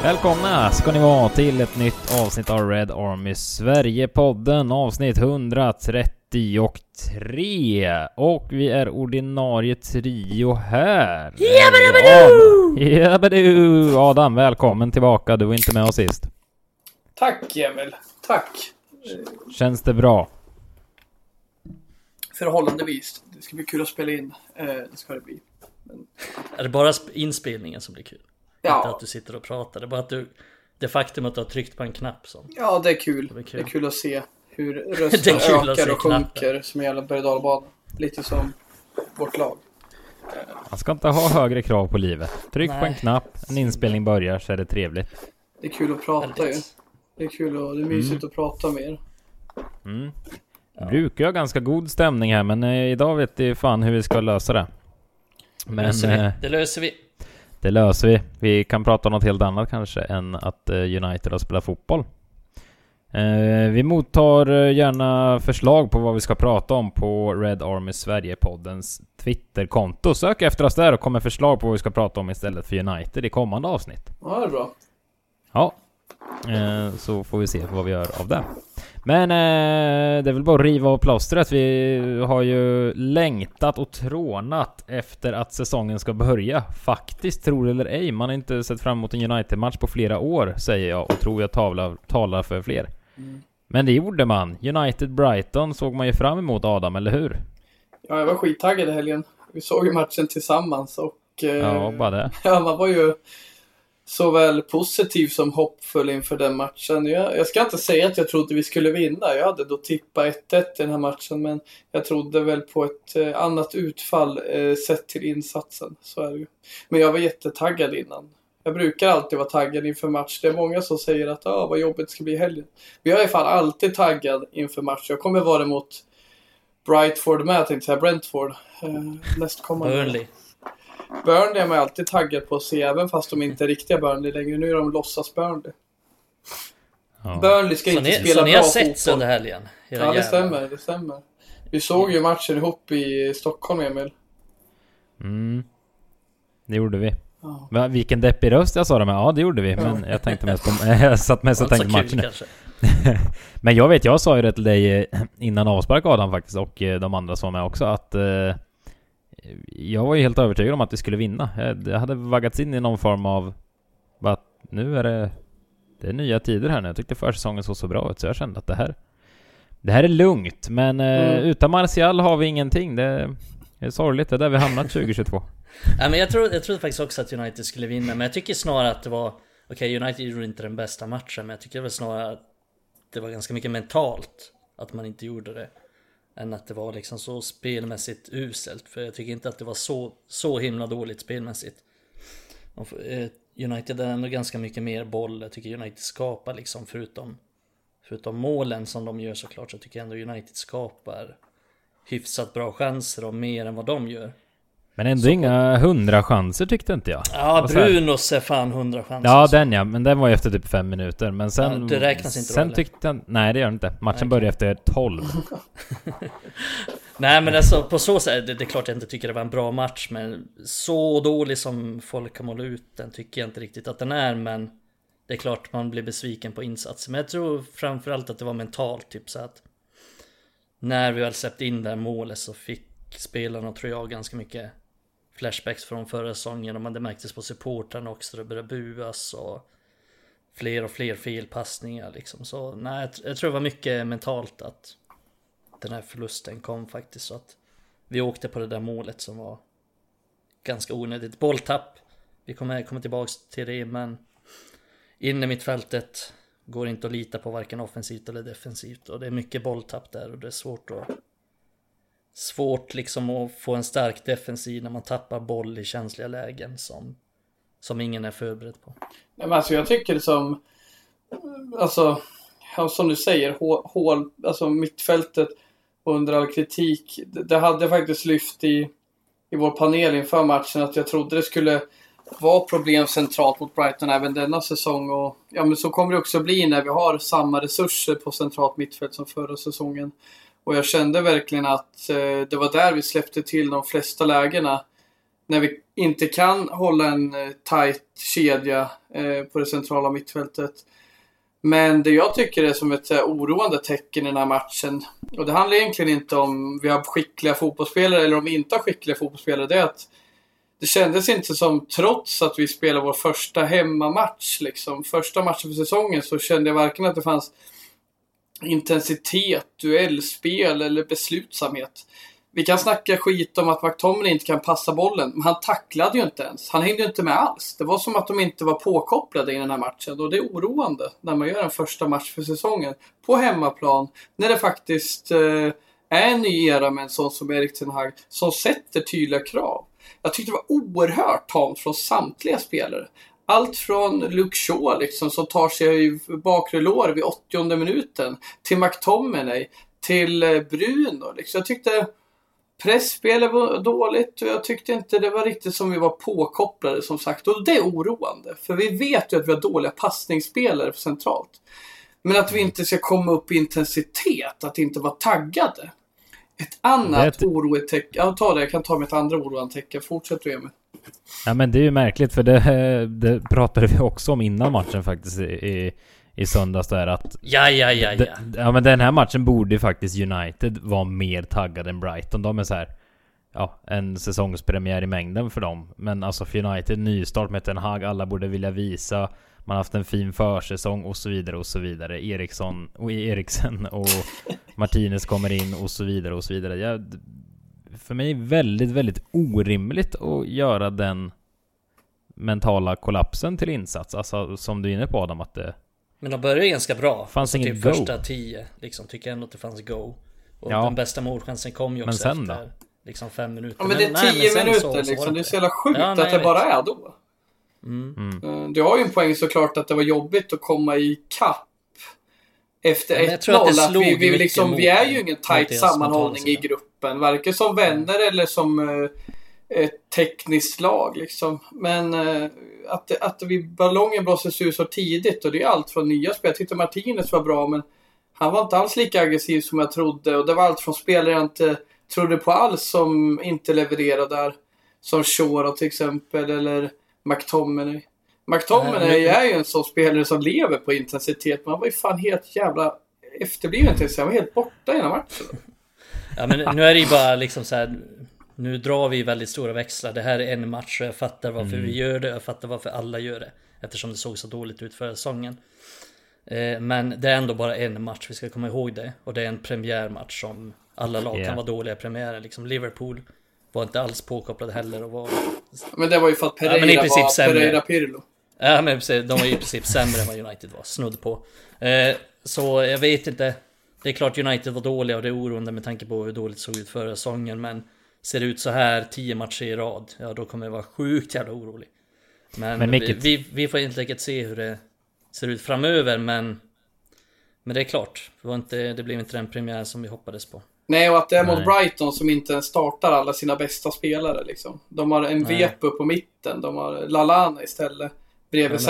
Välkomna ska ni vara till ett nytt avsnitt av Red Army Sverige-podden, avsnitt 133. Och vi är ordinarie trio här. Jabbadoo! Adam, välkommen tillbaka. Du var inte med oss sist. Tack Emil, tack. Känns det bra? Förhållandevis. Det ska bli kul att spela in. Det ska det bli. Men... Är det bara inspelningen som blir kul? Ja. Inte att du sitter och pratar. Det är bara att det faktum att du har tryckt på en knapp som... Ja, det är kul. Det är kul att se hur rösten ökar och sjunker som gäller berg-och-dalbana. Lite som vårt lag. Man ska inte ha högre krav på livet. Tryck på en knapp, en inspelning börjar, så är det trevligt. Det är kul att prata ju. Det är kul och det är mysigt att prata med er. Brukar jag ganska god stämning här, men idag vet vi fan hur vi ska lösa det. Men det löser vi. Det löser vi. Vi kan prata om något helt annat kanske än att United har spelat fotboll. Vi mottar gärna förslag på vad vi ska prata om på Red Army Sverige-poddens Twitter-konto. Sök efter oss där och kommer förslag på vad vi ska prata om istället för United i kommande avsnitt. Ja, det är bra. Ja, så får vi se vad vi gör av det. Men det är väl bara att riva av plåstret. Vi har ju längtat och trånat efter att säsongen ska börja. Faktiskt, tror det eller ej. Man har inte sett fram emot en United-match på flera år, säger jag. Och tror jag talar för fler. Men det gjorde man. United-Brighton såg man ju fram emot, Adam, eller hur? Ja, jag var skittaggad i helgen. Vi såg ju matchen tillsammans. Och, ja, bara det. Ja, man var ju... såväl positiv som hoppfull inför den matchen. Jag ska inte säga att jag trodde vi skulle vinna. Jag hade då tippat 1-1 i den här matchen. Men jag trodde väl på ett annat utfall sett till insatsen. Så är det ju. Men jag var jättetaggad innan. Jag brukar alltid vara taggad inför match. Det är många som säger att vad jobbigt det ska bli i helgen. Men jag är fan alltid taggad inför match. Jag kommer vara mot Brentford med, tänkte säga Brentford. Burnley är man alltid taggad på att se, även fast de inte är riktiga Burnley längre. Nu är de låtsas Burnley. Ja. Burnley ska inte spela bra fotboll. Så ni har sett under helgen? Ja, det stämmer. Vi såg ju matchen ihop i Stockholm, Emil. Det gjorde vi. Ja. Men vilken deppig röst jag sa det med. Ja, det gjorde vi. Men jag tänkte mest på... jag satt mest och tänkte matchen. Men jag sa ju det till dig innan avspark, Adam, faktiskt. Och de andra som var med också. Att... jag var ju helt övertygad om att vi skulle vinna. Jag hade vaggats in i någon form av att nu är det är nya tider här nu. Jag tyckte försäsongen såg så bra ut, så jag kände att det här är lugnt. Men utan Martial har vi ingenting. Det är sorgligt, det är där vi hamnat 2022. Ja, men jag trodde faktiskt också att United skulle vinna. Men jag tycker snarare att det var United gjorde inte den bästa matchen, men jag tycker väl snarare att det var ganska mycket mentalt att man inte gjorde det, än att det var liksom så spelmässigt uselt. För jag tycker inte att det var så himla dåligt spelmässigt. United är ändå ganska mycket mer boll. Jag tycker United skapar liksom, förutom målen som de gör såklart, så tycker jag ändå United skapar hyfsat bra chanser och mer än vad de gör. Men ändå inga 100 chanser tyckte inte jag. Ja, Brunos är fan 100 chanser. Ja, men den var ju efter typ 5 minuter. Men sen, det räknas inte sen tyckte jag, nej, det gör det inte. Matchen började efter 12. Nej, men alltså på så sätt, det är klart jag inte tycker det var en bra match. Men så dålig som folk kan måla ut den tycker jag inte riktigt att den är. Men det är klart man blir besviken på insatsen. Men jag tror framförallt att det var mentalt, typ så att när vi väl släppte in det här målet så fick spelarna, tror jag, ganska mycket flashbacks från förra säsongen, och man det märktes på supportrarna också, det började buas och fler felpassningar liksom. Så nej, jag tror det var mycket mentalt att den här förlusten kom faktiskt, så att vi åkte på det där målet som var ganska onödigt. Bolltapp, vi kommer tillbaka till det, men inne i mittfältet går inte att lita på varken offensivt eller defensivt, och det är mycket bolltapp där, och det är svårt liksom att få en stark defensiv när man tappar boll i känsliga lägen som ingen är förberedd på. Nej, men alltså jag tycker det som du säger, hål, alltså mittfältet under all kritik, det hade faktiskt lyft i vår panel inför matchen att jag trodde det skulle vara problem centralt mot Brighton även denna säsong, och ja, men så kommer det också bli när vi har samma resurser på centralt mittfält som förra säsongen. Och jag kände verkligen att det var där vi släppte till de flesta lägena när vi inte kan hålla en tight kedja på det centrala mittfältet. Men det jag tycker är som ett oroande tecken i den här matchen, och det handlar egentligen inte om vi har skickliga fotbollsspelare eller om vi inte har skickliga fotbollsspelare, det är att det kändes inte som, trots att vi spelar vår första hemmamatch, liksom, första matchen för säsongen, så kände jag varken att det fanns intensitet, duellspel eller beslutsamhet. Vi kan snacka skit om att McTominay inte kan passa bollen, men han tacklade ju inte ens. Han hängde ju inte med alls. Det var som att de inte var påkopplade i den här matchen. Och det är oroande när man gör en första match för säsongen på hemmaplan, när det faktiskt är en ny era med en sån som Erik Ten Hag som sätter tydliga krav. Jag tyckte det var oerhört tamt från samtliga spelare. Allt från Luke Shaw liksom, som tar sig i bakre lår vid 80:e minuten, till McTominay, till Bruno. Liksom. Jag tyckte pressspelet var dåligt och jag tyckte inte det var riktigt som vi var påkopplade, som sagt. Och det är oroande, för vi vet ju att vi har dåliga passningsspelare centralt. Men att vi inte ska komma upp i intensitet, att inte vara taggade. Ett annat orotecken. Jag kan ta mitt andra orotecken. Fortsätt du, Emil. Ja, men det är ju märkligt, för det pratade vi också om innan matchen faktiskt i söndags där, att ja, men den här matchen borde ju faktiskt United vara mer taggade än Brighton. De är så här, ja, en säsongspremiär i mängden för dem. Men alltså för United, nystart med Ten Hag, alla borde vilja visa, man har haft en fin försäsong och så vidare och så vidare. Eriksen och Martinez kommer in och så vidare och så vidare. För mig är väldigt, väldigt orimligt att göra den mentala kollapsen till insats. Alltså som du är inne på, Adam, att det... Men de började ganska bra. Fanns alltså, inget till go. Första 10 liksom, tycker jag ändå att det fanns go. Och den bästa målchansen kom ju också sen efter liksom 5 minuter. Ja, men det är 10 minuter liksom. Det är så jävla sjukt att det bara är då. Du har ju en poäng såklart att det var jobbigt att komma i kapp efter 1-0. Vi är ju ingen tight sammanhållning i gruppen, varken som vänner eller som ett tekniskt lag liksom. Men att ballongen blåses ut så tidigt, och det är allt från nya spel. Jag tyckte Martinez var bra, men han var inte alls lika aggressiv som jag trodde, och det var allt från spelare jag inte trodde på alls som inte levererade där, som Shaw till exempel, eller McTominay. McTominay är ju en sån spelare som lever på intensitet, men han var ju fan helt jävla efterbliven till sig. Han var helt borta i den här matchen. Ja, men nu är det ju bara liksom så här, nu drar vi väldigt stora växlar. Det här är en match och jag fattar varför vi gör det. Jag fattar varför alla gör det, eftersom det såg så dåligt ut förra säsongen. Men det är ändå bara en match, vi ska komma ihåg det. Och det är en premiärmatch som alla lag kan vara dåliga i premiären. Liksom Liverpool var inte alls påkopplade heller och var... Men det var ju för att Pereira var Pereira Pirlo. Ja, men de var ju i princip sämre än vad United var, snudd på. Så jag vet inte. Det är klart United var dåliga och det är oroande med tanke på hur dåligt det såg ut förra säsongen. Men ser det ut så här 10 matcher i rad, ja då kommer jag vara sjukt jävla orolig. Men vi får helt enkelt se hur det ser ut framöver. Men det är klart, det blev inte den premiär som vi hoppades på. Nej, och att det är mot Brighton som inte ens startar alla sina bästa spelare liksom. De har en Vepo på mitten, de har Lallana istället bredvid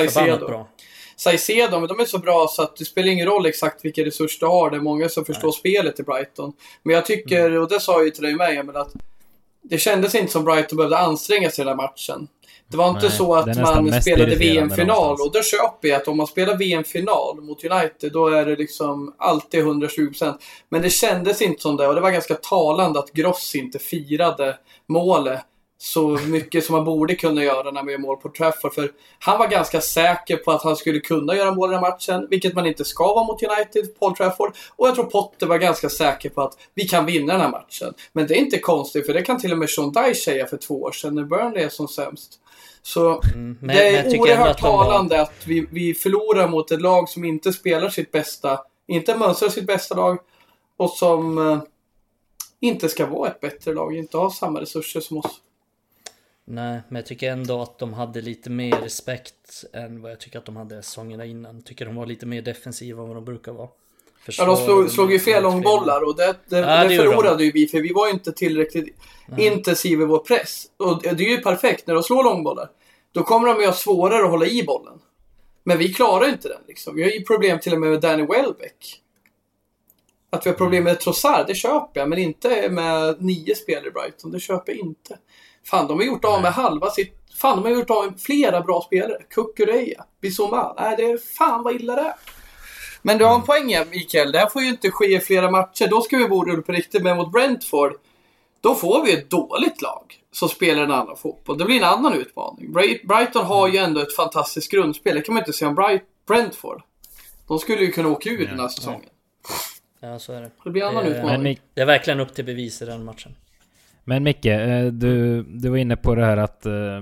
Caicedo, men de är så bra så att det spelar ingen roll exakt vilka resurser du har. Det är många som förstår spelet i Brighton. Men jag tycker, och det sa jag ju till dig med, men att det kändes inte som Brighton behövde anstränga sig i den här matchen. Det var inte så att man spelade VM-final, och då köper jag att om man spelar VM-final mot United, då är det liksom alltid 120%. Men det kändes inte som det, och det var ganska talande att Gross inte firade målet så mycket som man borde kunna göra när man gör mål på Trafford. För han var ganska säker på att han skulle kunna göra mål i den här matchen, vilket man inte ska vara mot United, Paul Trafford. Och jag tror Potter var ganska säker på att vi kan vinna den här matchen. Men det är inte konstigt, för det kan till och med Sean Dyche säga för 2 år sedan när Burnley är som sämst. Så det är oerhört talande att vi förlorar mot ett lag som inte spelar sitt bästa, inte mönstrar sitt bästa lag, och som inte ska vara ett bättre lag, inte ha samma resurser som oss. Nej, men jag tycker ändå att de hade lite mer respekt än vad jag tycker att de hade säsongerna innan. Jag tycker de var lite mer defensiva än vad de brukar vara. De slog ju fel långbollar, och det förlorade ju vi, för vi var ju inte tillräckligt intensiva i vår press. Och det är ju perfekt när de slår långbollar. Då kommer de ju ha svårare att hålla i bollen. Men vi klarar inte den liksom. Vi har ju problem till och med Danny Welbeck. Att vi har problem med Trossard, det köper jag. Men inte med 9 spelare i Brighton, det köper jag inte. Fan, de har gjort av med halva sitt... Fan, de har gjort av med flera bra spelare. Kukureya, Bissouma. Nej, det är fan vad illa det är. Men du har en poäng, Mikael. Det här får ju inte ske i flera matcher. Då ska vi borde på riktigt med mot Brentford. Då får vi ett dåligt lag som spelar en annan fotboll. Det blir en annan utmaning. Brighton har ju ändå ett fantastiskt grundspel. Det kan man inte säga om Brentford. De skulle ju kunna åka ur den här säsongen. Ja, så är det. Det blir en annan utmaning. Det är verkligen upp till bevis i den matchen. Men Micke, du var inne på det här att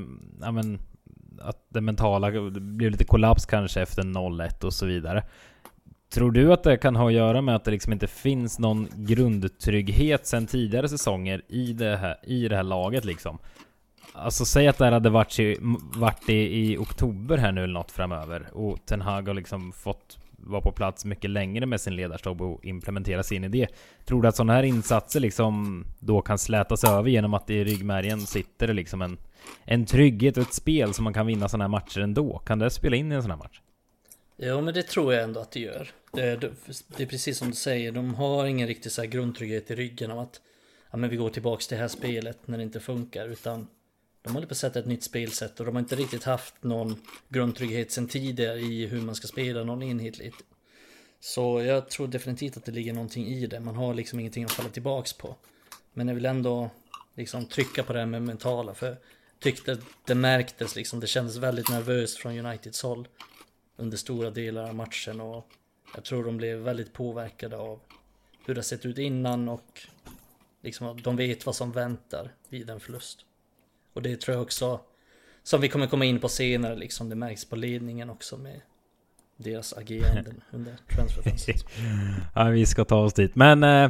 det mentala blev lite kollaps kanske efter 0-1 och så vidare. Tror du att det kan ha att göra med att det liksom inte finns någon grundtrygghet sen tidigare säsonger i det här laget liksom? Alltså säg att det hade varit i oktober här nu eller något framöver och Ten Hag har liksom fått vara på plats mycket längre med sin ledarstab och implementera sin idé. Tror du att sådana här insatser liksom då kan slätas över genom att i ryggmärgen sitter det liksom en trygghet och ett spel som man kan vinna sådana här matcher ändå? Kan det spela in i en sån här match? Ja, men det tror jag ändå att det gör. Det är precis som du säger, de har ingen riktig så här grundtrygghet i ryggen av att men vi går tillbaks till det här spelet när det inte funkar, utan de håller på att sätta ett nytt spelsätt och de har inte riktigt haft någon grundtrygghet sedan tidigare i hur man ska spela någon enhetligt. Så jag tror definitivt att det ligger någonting i det. Man har liksom ingenting att falla tillbaks på. Men jag vill ändå liksom trycka på det här med mentala, för jag tyckte det märktes liksom, det kändes väldigt nervöst från Uniteds håll under stora delar av matchen, och jag tror de blev väldigt påverkade av hur det sett ut innan och liksom de vet vad som väntar vid en förlust. Och det tror jag också, som vi kommer komma in på senare, liksom det märks på ledningen också med deras ageranden under transferfönstret. Ja, vi ska ta oss dit. Men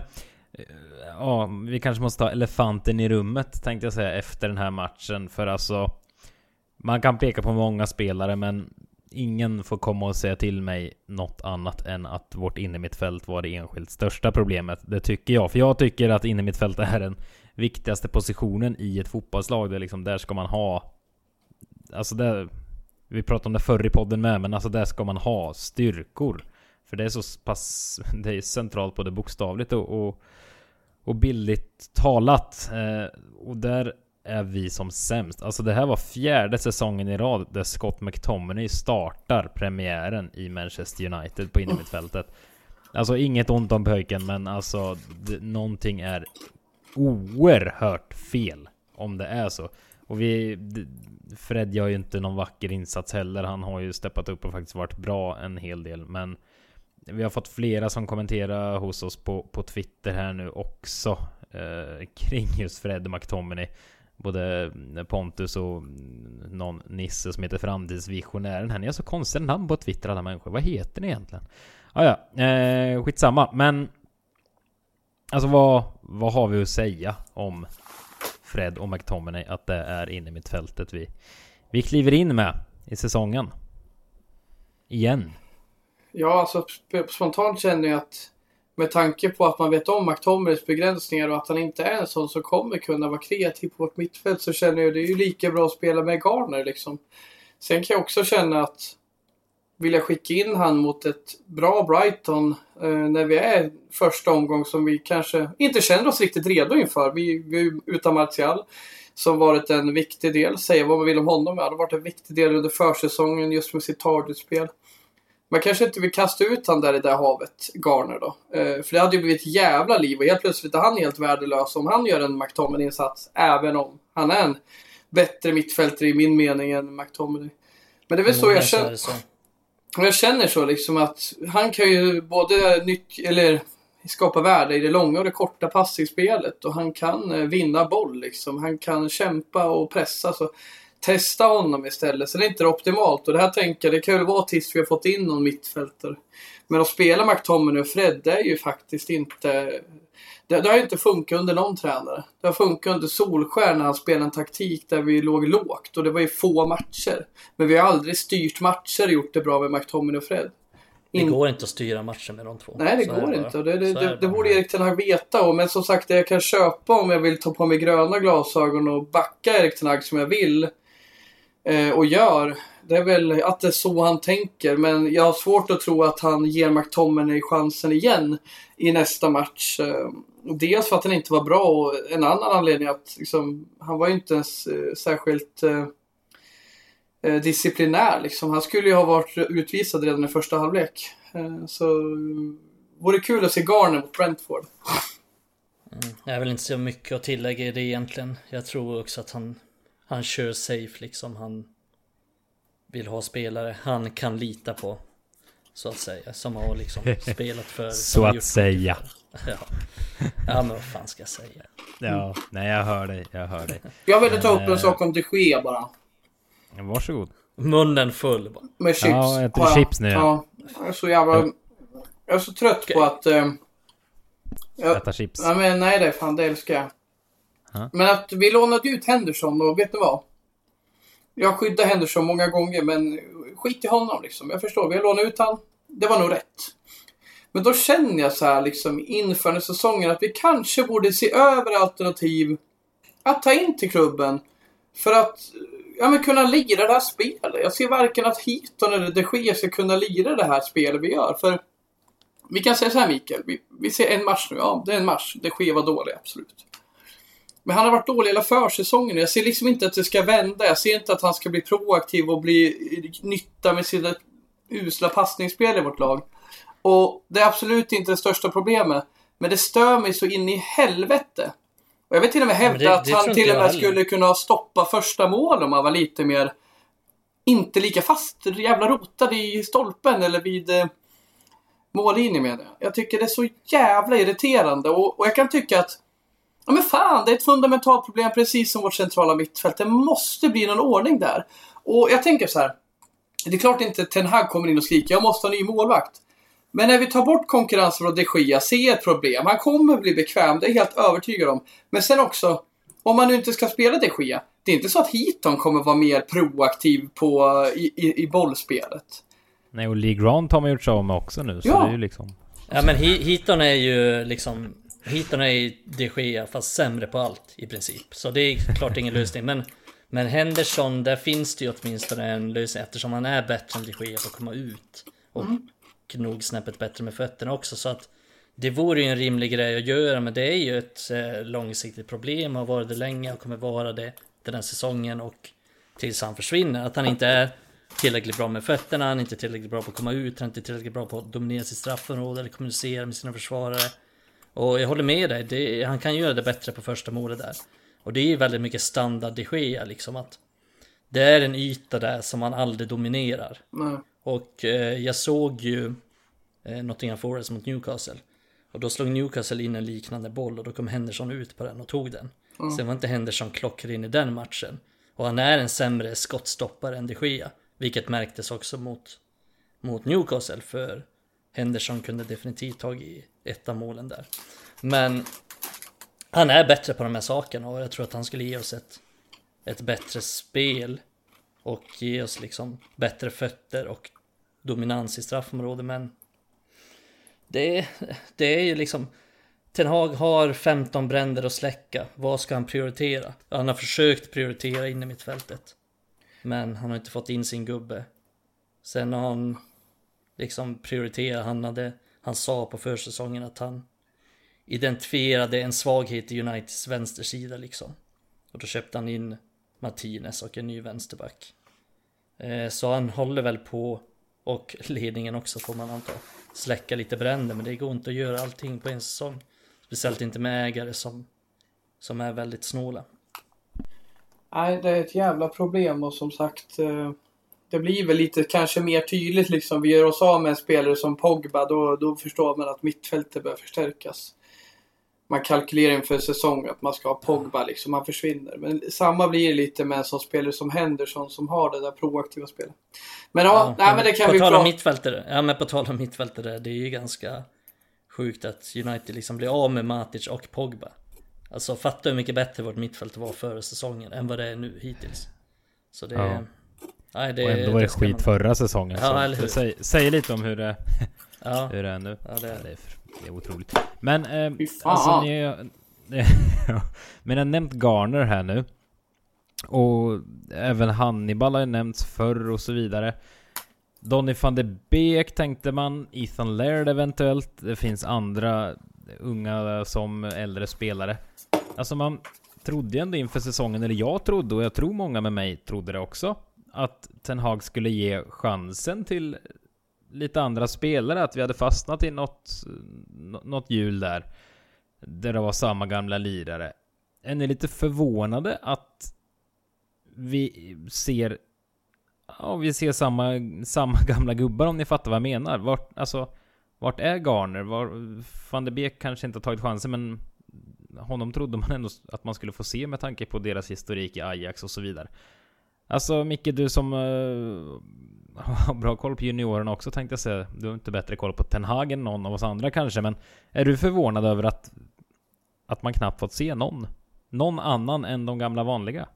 vi kanske måste ta elefanten i rummet, tänkte jag säga, efter den här matchen. För alltså, man kan peka på många spelare, men ingen får komma och säga till mig något annat än att vårt innermittfält var det enskilt största problemet. Det tycker jag. För jag tycker att innermittfält är den viktigaste positionen i ett fotbollslag. Det är liksom, där ska man ha, alltså där, vi pratade om det förr i podden med, men alltså där ska man ha styrkor. För det är så pass, det är centralt både bokstavligt och bildligt talat. Och där är vi som sämst. Alltså det här var 4:e säsongen i rad där Scott McTominay startar premiären i Manchester United på innermittfältet. Alltså inget ont om pöjken, men alltså någonting är oerhört fel om det är så. Och Fred gör ju inte någon vacker insats heller. Han har ju steppat upp och faktiskt varit bra en hel del. Men vi har fått flera som kommenterar hos oss på Twitter här nu också kring just Fred och McTominay. Både Pontus och någon Nisse som heter Framtidsvisionären. Han är så konstigt namn på Twitter, alla människor. Vad heter ni egentligen? Skitsamma. Men alltså vad har vi att säga om Fred och McTominay, att det är inne i mittfältet vi kliver in med i säsongen igen? Ja, alltså spontant känner jag att med tanke på att man vet om McTominays begränsningar och att han inte är en sån som kommer kunna vara kreativ på vårt mittfält, så känner jag det är ju lika bra att spela med Garner liksom. Sen kan jag också känna att vill jag skicka in han mot ett bra Brighton när vi är första omgång som vi kanske inte känner oss riktigt redo inför. Vi utan Martial som varit en viktig del. Säga vad man vill om honom. Det har varit en viktig del under försäsongen just med sitt targetspel. Man kanske inte vill kasta ut han där i det havet, Garner då. För det hade ju blivit ett jävla liv och helt plötsligt är han helt värdelös om han gör en McTominay-insats, även om han är en bättre mittfältare i min mening än McTominay. Men det är väl så jag känner. Jag känner så liksom att han kan ju både skapa värde i det långa och det korta passningsspelet, och han kan vinna boll liksom. Han kan kämpa och pressa, så testa honom istället. Så det är inte optimalt, och det här tänker jag, det kan ju vara tills vi har fått in någon mittfältare. Men att spela McTominay och Fred, det är ju faktiskt inte, det har ju inte funkat under någon tränare. Det har funkat under Solskär när han spelade en taktik där vi låg lågt, och det var ju få matcher. Men vi har aldrig styrt matcher och gjort det bra med McTominay och Fred. Det går inte att styra matcher med de två. Nej, det går inte. Och det borde Erik Ten Hag veta. Men som sagt, det jag kan köpa om jag vill ta på mig gröna glasögon och backa Erik Ten Hag som jag vill och gör, det är väl att det är så han tänker. Men jag har svårt att tro att han ger McTominay chansen igen i nästa match Dels för att han inte var bra och en annan anledning att liksom, han var ju inte ens särskilt disciplinär. Liksom. Han skulle ju ha varit utvisad redan i första halvlek. Så vore kul att se Garner mot Brentford. Jag vill inte så mycket att tillägga i det egentligen. Jag tror också att han kör safe liksom. Han vill ha spelare han kan lita på, så att säga, som har liksom spelat för så att säga. Ja, men vad fan ska jag säga? Ja, nej, jag hör dig. Jag ville ta upp en sak om De Gea bara. Varsågod. Munnen full bara. Med chips. Ja, äter du chips nu? Ja. Jag är så jävla... Jag är så trött på att... Äta chips. Ja, men nej, det är fan, det älskar jag. Men att vi lånade ut Henderson, och vet du vad? Jag skyddar Henderson många gånger, men skit i honom liksom. Jag förstår, vi har lånat ut han. Det var nog rätt. Men då känner jag så här liksom inför den säsongen att vi kanske borde se över alternativ att ta in till klubben. För att kunna lira det här spelet. Jag ser varken att Heaton eller De Gea ska kunna lira det här spelet vi gör. För vi kan säga så här, Mikael. Vi ser en match nu. Ja, det är en match. De Gea var dålig, absolut. Men han har varit dålig hela försäsongen. Jag ser liksom inte att det ska vända. Jag ser inte att han ska bli proaktiv och bli nytta med sina usla passningsspel i vårt lag. Och det är absolut inte det största problemet. Men det stör mig så in i helvete. Och jag vill till och med hävda att han till och med skulle kunna stoppa första mål om han var lite mer... Inte lika fast, jävla rotad i stolpen eller vid mållinjen med det. Jag tycker det är så jävla irriterande. Och jag kan tycka att... Ja men fan, det är ett fundamentalt problem precis som vårt centrala mittfält. Det måste bli någon ordning där. Och jag tänker så här. Det är klart inte Ten Hag kommer in och skriker jag måste ha en ny målvakt. Men när vi tar bort konkurrensen från De Gea ser ett problem. Han kommer bli bekväm, det är jag helt övertygad om. Men sen också, om man nu inte ska spela De Gea. Det är inte så att Heaton kommer vara mer proaktiv i bollspelet. Nej, och Lee Grant har man gjort så med också nu. Så det är ju liksom... Ja men Heaton är ju liksom... Heaton är De Gea fast sämre på allt i princip. Så det är klart ingen lösning. Men Henderson, där finns det ju åtminstone en lösning. Eftersom han är bättre än De Gea på att komma ut. Och nog snäppet bättre med fötterna också. Så att det vore ju en rimlig grej att göra. Men det är ju ett långsiktigt problem. Har varit det länge och kommer vara det den här säsongen. Och tills han försvinner. Att han inte är tillräckligt bra med fötterna. Han är inte tillräckligt bra på att komma ut. Han är inte tillräckligt bra på att dominera sitt straffområde. Eller kommunicera med sina försvarare. Och jag håller med dig, han kan göra det bättre på första målet där. Och det är ju väldigt mycket standard De Gea liksom att det är en yta där som man aldrig dominerar. Och jag såg ju Nottingham Forest mot Newcastle. Och då slog Newcastle in en liknande boll och då kom Henderson ut på den och tog den. Sen var inte Henderson klockren i den matchen. Och han är en sämre skottstoppare än De Gea. Vilket märktes också mot Newcastle för Henderson kunde definitivt tag i ett av målen där. Men han är bättre på de här sakerna och jag tror att han skulle ge oss ett bättre spel och ge oss liksom bättre fötter och dominans i straffområdet. Men det är ju liksom Ten Hag har 15 bränder att släcka. Vad ska han prioritera? Han har försökt prioritera in i mittfältet. Men han har inte fått in sin gubbe. Sen har han liksom prioriterat. Han sa på försäsongen att han identifierade en svaghet i Uniteds vänstersida liksom. Och då köpte han in Martinez och en ny vänsterback. Så han håller väl på, och ledningen också får man anta, släcka lite bränder. Men det går inte att göra allting på en säsong. Speciellt inte med ägare som är väldigt snåla. Nej, det är ett jävla problem och som sagt... Det blir väl lite kanske mer tydligt liksom. Vi gör oss av med en spelare som Pogba. Då förstår man att mittfältet bör förstärkas. Man kalkylerar inför säsong att man ska ha Pogba liksom. Man försvinner. Men samma blir det lite med en sån spelare som Henderson som har det där proaktiva spelet. Men men det kan vi prata om. På tal om mittfältare. Det är ju ganska sjukt att United liksom blir av med Matic och Pogba. Alltså fatta hur mycket bättre vårt mittfält var förra säsongen än vad det är nu hittills. Så det är... Nej, och ändå var det skit förra säsongen. Ja, så säg lite om hur det är nu. Ja, det är otroligt. Men alltså men jag har nämnt Garner här nu. Och även Hannibal har ju nämnts förr och så vidare. Donny van de Beek tänkte man, Ethan Laird eventuellt. Det finns andra unga som äldre spelare. Alltså man trodde ändå inför säsongen, eller jag trodde, och jag tror många med mig trodde det också, att Ten Hag skulle ge chansen till lite andra spelare, att vi hade fastnat i något hjul där det var samma gamla lirare. Är ni lite förvånade att vi ser samma gamla gubbar, om ni fattar vad jag menar? Vart är Garner? Van de Beek kanske inte har tagit chansen, men honom trodde man ändå att man skulle få se med tanke på deras historik i Ajax och så vidare. Alltså Micke, du som har bra koll på juniorerna också, tänkte jag säga. Du har inte bättre koll på Ten Hag än någon av oss andra kanske, men är du förvånad över att man knappt fått se någon annan än de gamla vanliga?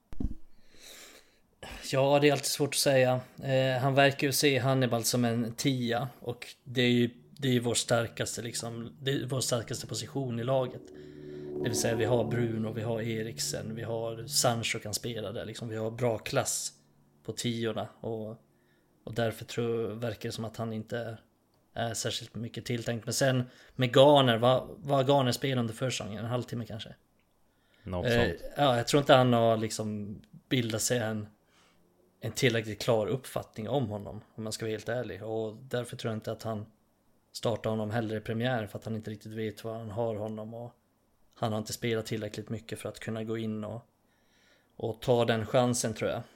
Ja, det är alltid svårt att säga. Han verkar ju se Hannibal som en 10, och det är ju vår starkaste det är vår starkaste position i laget. Det vill säga vi har Bruno, vi har Eriksen, vi har Sancho kan spela där liksom. Vi har bra klass på 10:orna, och därför verkar det som att han inte är särskilt mycket tilltänkt. Men sen med Garner, vad Garner spelar under försäsongen, en halvtimme kanske. Ja, jag tror inte han har liksom bildat sig en tillräckligt klar uppfattning om honom, om man ska vara helt ärlig. Och därför tror jag inte att han startar honom heller i premiär, för att han inte riktigt vet vad han har honom, och han har inte spelat tillräckligt mycket för att kunna gå in och ta den chansen, tror jag.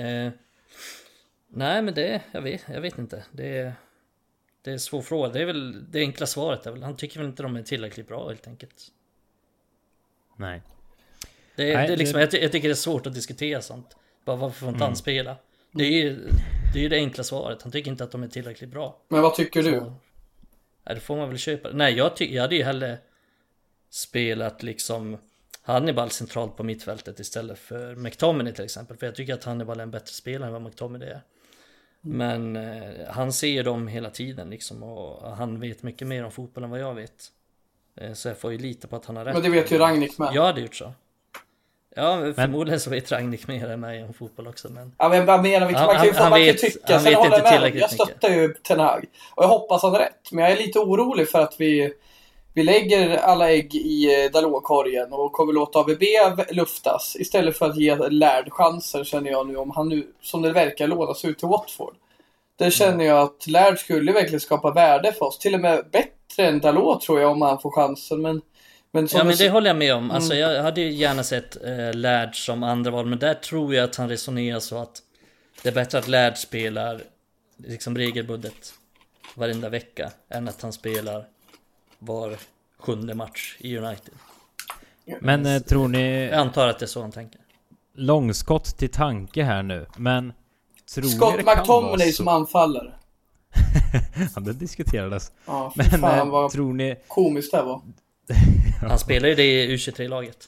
Nej, men jag vet inte. Det är en svår fråga. Det är väl det enkla svaret. Han tycker väl inte de är tillräckligt bra, helt enkelt. Nej. Det är liksom, jag tycker det är svårt att diskutera sånt. Bara varför får inte han spela? Det är ju det enkla svaret. Han tycker inte att de är tillräckligt bra. Men vad tycker du? Nej, det får man väl köpa. Nej, jag hade ju hellre spelat liksom Hannibal centralt på mittfältet istället för McTominay till exempel. För jag tycker att Hannibal är en bättre spelare än vad McTominay är. Men han ser dem hela tiden liksom, och han vet mycket mer om fotboll än vad jag vet. Så jag får ju lita på att han har rätt. Men det vet ju Rangnick med. Jag hade gjort så. Ja, förmodligen så vet Rangnick mer än mig om fotboll också. Men... Ja, men vad menar vi? Man kan ju tycka. Han vet inte tillräckligt jag stöttar ju Ten Hag. Och jag hoppas han har rätt. Men jag är lite orolig för att vi lägger alla ägg i Dalot-korgen och kommer låta ABB luftas istället för att ge Laird chanser, känner jag nu, om han nu, som det verkar, lånas ut till Watford. Där känner jag att Laird skulle verkligen skapa värde för oss. Till och med bättre än Dalot, tror jag, om han får chansen. Men det håller jag med om. Alltså, jag hade ju gärna sett Laird som andra val, men där tror jag att han resonerar så att det är bättre att Laird spelar liksom regelbundet varenda vecka än att han spelar var 7:e match i United. Men tror ni... Jag antar att det är så han tänker. Långskott till tanke här nu, men tror Scott ni det McTominay som anfallare? Ja, det diskuterades. Ja, men fan, vad tror ni... komiskt det var. Han spelar ju det i U23-laget.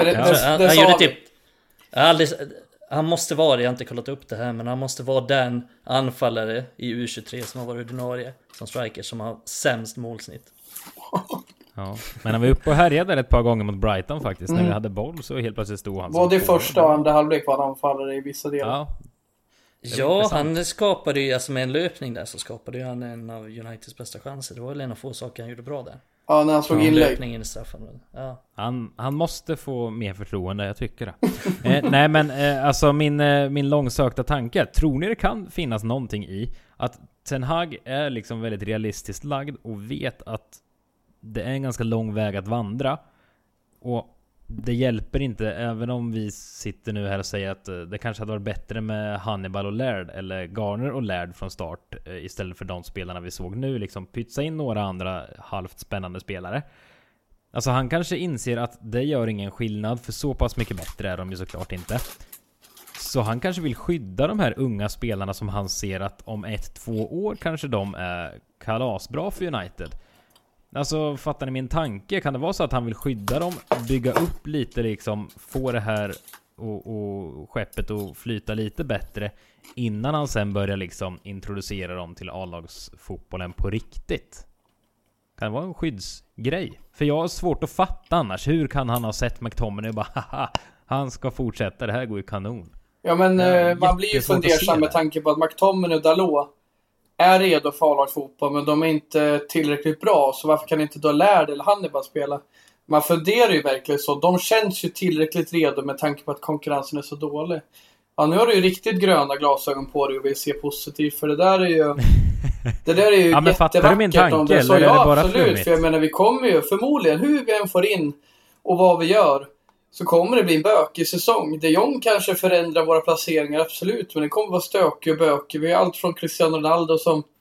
Han måste vara, jag har inte kollat upp det här, men han måste vara den anfallare i U23 som har varit ordinarie som striker som har sämst målsnitt. Ja, men han var uppe och härjade ett par gånger mot Brighton faktiskt. När vi hade boll så helt plötsligt stod han. Både första och andra halvlek var han anfallare i vissa delar. Ja, han skapade ju, alltså med en löpning där så skapade ju han en av Uniteds bästa chanser. Det var väl en av få saker han gjorde bra där. Ja, när han slog in löpningen i straffen. Ja. Han måste få mer förtroende, jag tycker det. Nej, men alltså min långsökta tanke. Tror ni det kan finnas någonting i att Ten Hag är liksom väldigt realistiskt lagd och vet att det är en ganska lång väg att vandra, och det hjälper inte, även om vi sitter nu här och säger att det kanske hade varit bättre med Hannibal och Laird, eller Garner och Laird från start istället för de spelarna vi såg nu, liksom pytsa in några andra halvt spännande spelare. Alltså han kanske inser att det gör ingen skillnad, för så pass mycket bättre är de ju såklart inte. Så han kanske vill skydda de här unga spelarna som han ser att om 1-2 år kanske de är kalasbra för United. Alltså, fattar ni min tanke? Kan det vara så att han vill skydda dem, bygga upp lite liksom, få det här och skeppet att flyta lite bättre innan han sen börjar liksom introducera dem till A-lagsfotbollen på riktigt? Kan det vara en skyddsgrej? För jag har svårt att fatta annars. Hur kan han ha sett McTominay och bara haha, han ska fortsätta, det här går ju kanon. Ja, men man blir ju fundersam med tanke på att McTominay och Dalot är redo för A-lagsfotboll, men de är inte tillräckligt bra, så varför kan inte då Laird eller Hannibal spela? Man funderar ju verkligen så. De känns ju tillräckligt redo med tanke på att konkurrensen är så dålig. Ja, nu har du ju riktigt gröna glasögon på dig och vill se positivt, för det där är ju ja, men fattar du min tanke? Om det. Så eller ja, bara absolut. För jag menar, vi kommer ju förmodligen, hur vi än får in och vad vi gör, så kommer det bli en bökig säsong. De Jong kanske förändrar våra placeringar, absolut. Men det kommer vara stökig och bökig. Vi har allt från Cristiano Ronaldo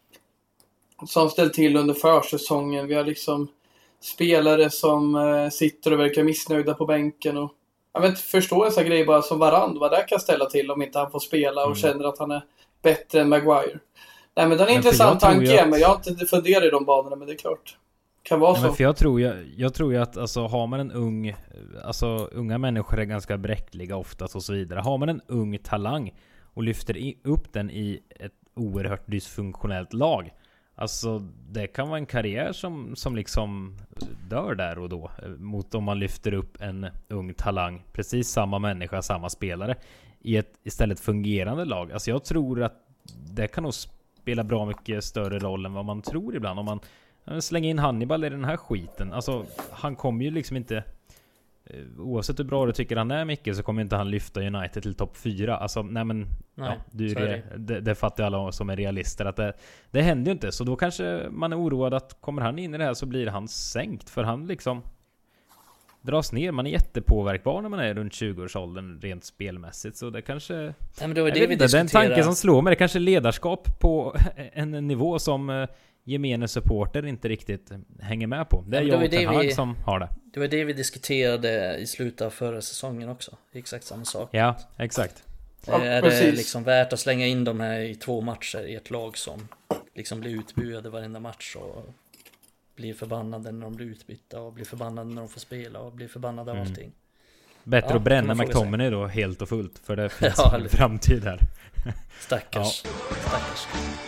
som ställt till under försäsongen. Vi har liksom spelare som sitter och verkar missnöjda på bänken. Och jag vet inte, förstå en sån här grej bara som Varane, vad det kan ställa till om inte han får spela och känner att han är bättre än Maguire. Nej, men det är en intressant tanke, men jag har inte funderat i de banorna, men det är klart. Kan vara så. Men för jag tror ju att alltså, har man en ung, alltså unga människor är ganska bräckliga oftast och så vidare. Har man en ung talang och lyfter upp den i ett oerhört dysfunktionellt lag, alltså det kan vara en karriär som liksom dör där och då, mot om man lyfter upp en ung talang, precis samma människa, samma spelare i ett istället fungerande lag. Alltså jag tror att det kan nog spela bra mycket större roll än vad man tror ibland. Om man slänger in Hannibal i den här skiten, alltså han kommer ju liksom inte, oavsett hur bra du tycker han är, Micke, så kommer inte han lyfta United till topp 4. Alltså nej, ja, det fattar alla som är realister att det händer ju inte. Så då kanske man är oroad att kommer han in i det här så blir han sänkt, för han liksom dras ner. Man är jättepåverkbar när man är runt 20-årsåldern rent spelmässigt. Så det kanske, nej, men det var det vi diskuterade. Den tanken som slår mig, det kanske ledarskap på en nivå som gemene supporter inte riktigt hänger med på. Det är jag och Ten Hag som har det. Det var det vi diskuterade i slutet av förra säsongen också. Exakt samma sak. Ja, exakt. Är det liksom värt att slänga in de här i 2 matcher i ett lag som liksom blir utbuade varenda match och blir förbannade när de blir utbytta och blir förbannade när de får spela och blir förbannade av allting. Bättre att bränna McTominay då helt och fullt, för det finns en framtid här. Stackars. Stackars.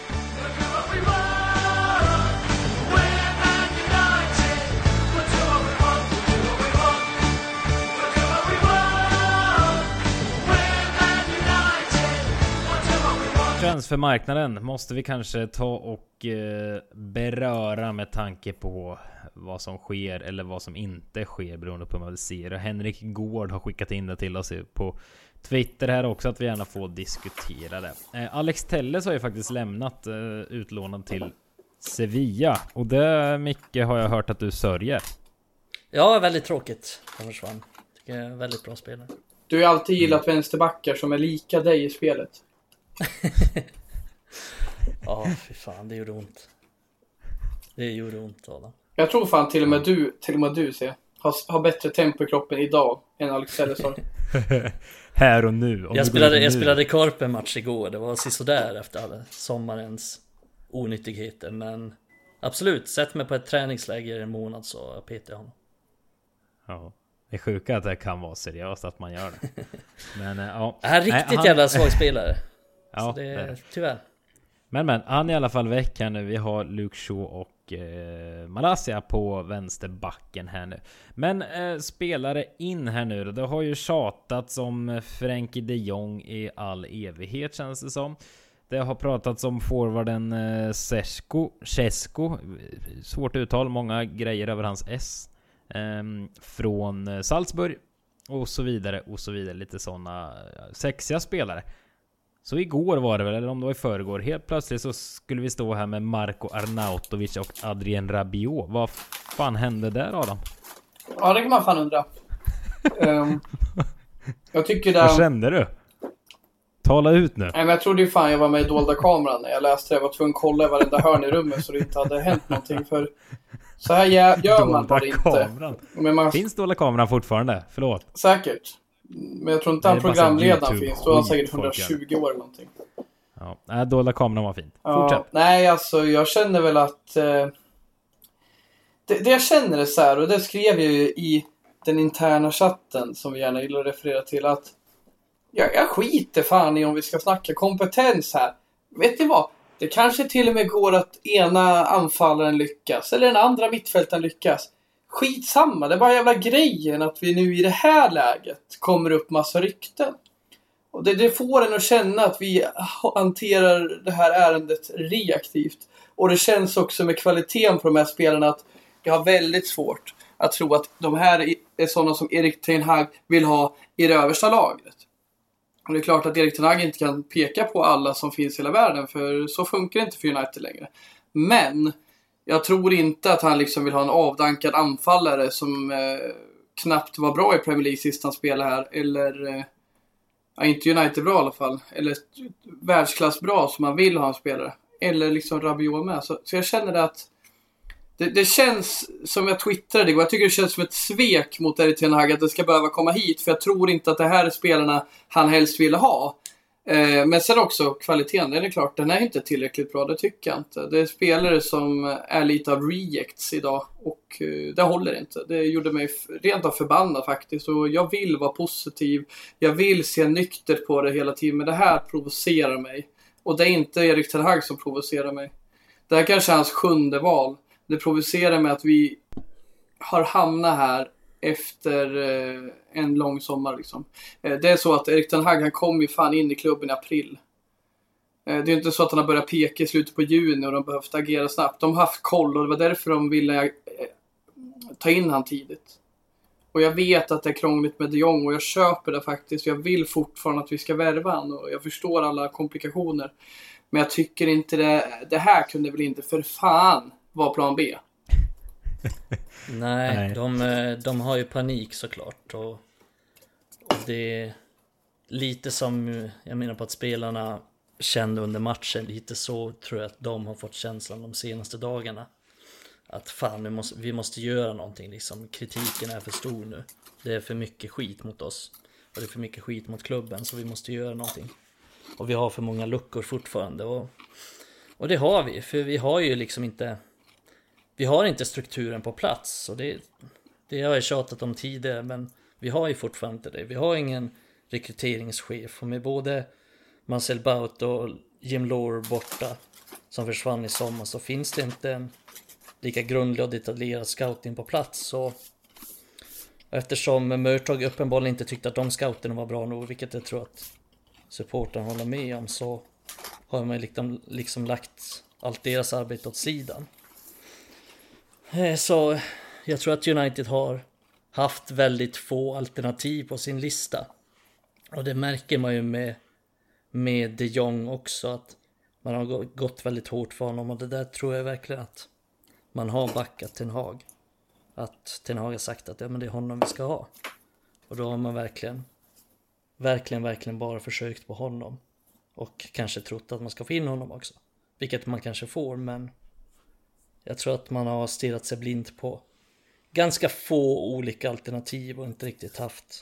Transfermarknaden måste vi kanske ta och beröra med tanke på vad som sker eller vad som inte sker beroende på hur man vill se det. Henrik Gård har skickat in det till oss på Twitter här också, att vi gärna får diskutera det. Alex Telles har ju faktiskt lämnat utlånad till Sevilla, och det, Micke, har jag hört att du sörjer. Ja, väldigt tråkigt. Han försvann. Tycker jag är väldigt bra spelare. Du har ju alltid gillat vänsterbackar som är lika dig i spelet. Ja, fy fan, det gjorde ont. Det gjorde ont, Adam. Jag tror fan till och med du ser, har bättre tempo i kroppen idag än Alex Telles har. Här och nu. Jag spelade korpen match igår. Det var sisådär efter alla sommarens onyttigheter. Men absolut, sätt mig på ett träningsläger i en månad så petar jag honom. Ja, det är sjuka att det kan vara seriöst att man gör det. Men ja. Det här är riktigt jävla svag spelare. Ja, det är tyvärr. Men han är i alla fall väck här nu. Vi har Luke Shaw och Malaysia på vänsterbacken här nu. Men spelare in här nu då. Det har ju tjatats om Frenkie de Jong i all evighet, känns det som. Det har pratats om forwarden Cesco. Svårt uttal, många grejer över hans S. Från Salzburg och så vidare och så vidare. Lite sådana sexiga spelare. Så igår var det väl, eller om det var i förrgår, helt plötsligt så skulle vi stå här med Marko Arnautovic och Adrien Rabiot. Vad fan hände där, Adam? Ja, det kan man fan undra. Jag tycker det... Vad kände du? Tala ut nu. Nej, men jag trodde ju fan jag var med i dolda kameran när jag läste det. Jag var tvungen att kolla varenda hörn i rummet så det inte hade hänt någonting. För så här gör man bara inte. Men finns dolda kameran fortfarande? Förlåt. Säkert. Men jag tror inte han programledaren finns. Då är han säkert 120 år eller någonting. Ja, dolda kameran var fint. Fortsätt. Nej, alltså jag känner väl att... Det jag känner är så här, och det skrev jag ju i den interna chatten som vi gärna gillar att referera till, att jag skiter fan i om vi ska snacka kompetens här. Vet ni vad? Det kanske till och med går att ena anfallaren lyckas eller den andra mittfältaren lyckas. Skitsamma, det är bara jävla grejen att vi nu i det här läget kommer upp massa rykten. Och det får en att känna att vi hanterar det här ärendet reaktivt. Och det känns också med kvaliteten på de här spelarna att jag har väldigt svårt att tro att de här är sådana som Erik Ten Hag vill ha i det översta lagret. Och det är klart att Erik Ten Hag inte kan peka på alla som finns i hela världen, för så funkar det inte för United längre. Men jag tror inte att han liksom vill ha en avdankad anfallare som knappt var bra i Premier League sist han spelade här. Eller, inte United bra i alla fall. Eller världsklass bra som man vill ha en spelare. Eller liksom Rabiot med. Så jag känner att det känns som jag twittrade igår. Jag tycker det känns som ett svek mot Erik Ten Hag att det ska behöva komma hit. För jag tror inte att det här är spelarna han helst ville ha. Men sen också kvaliteten, det är klart, den är inte tillräckligt bra, det tycker jag inte. Det är spelare som är lite av rejects idag och det håller inte. Det gjorde mig rent av förbannad faktiskt, och jag vill vara positiv. Jag vill se nyktert på det hela tiden, men det här provocerar mig. Och det är inte Erik Ten Hag som provocerar mig. Det här kanske är hans 7:e val. Det provocerar mig att vi har hamnat här efter en lång sommar liksom. Det är så att Erik Ten Hag, han kom ju fan in i klubben i april. Det är inte så att han har börjat peka i slutet på juni och de behövt agera snabbt. De har haft koll och det var därför de ville ta in han tidigt. Och jag vet att det är krångligt med de Jong och jag köper det faktiskt. Jag vill fortfarande att vi ska värva han och jag förstår alla komplikationer. Men jag tycker inte det här kunde väl inte för fan vara plan B. Nej. De har ju panik såklart och det är lite som jag menar på att spelarna kände under matchen, lite så tror jag att de har fått känslan de senaste dagarna att fan vi måste göra någonting liksom. Kritiken är för stor nu, det är för mycket skit mot oss och det är för mycket skit mot klubben, så vi måste göra någonting och vi har för många luckor fortfarande och det har vi, för vi har ju liksom inte strukturen på plats, och det har jag tjatat om tidigare, men vi har ju fortfarande inte det. Vi har ingen rekryteringschef, och med både Marcel Bout och Jim Lower borta som försvann i sommar, så finns det inte en lika grundlig och detaljerad scouting på plats. Så eftersom Murtag uppenbarligen inte tyckte att de scouterna var bra nog, vilket jag tror att supporten håller med om, så har man liksom lagt allt deras arbete åt sidan. Så jag tror att United har haft väldigt få alternativ på sin lista. Och det märker man ju med de Jong också, att man har gått väldigt hårt för honom. Och det där tror jag verkligen att man har backat Ten Hag. Att Ten Hag har sagt att men det är honom vi ska ha. Och då har man verkligen bara försökt på honom. Och kanske trott att man ska få in honom också. Vilket man kanske får, men jag tror att man har stirrat sig blind på ganska få olika alternativ och inte riktigt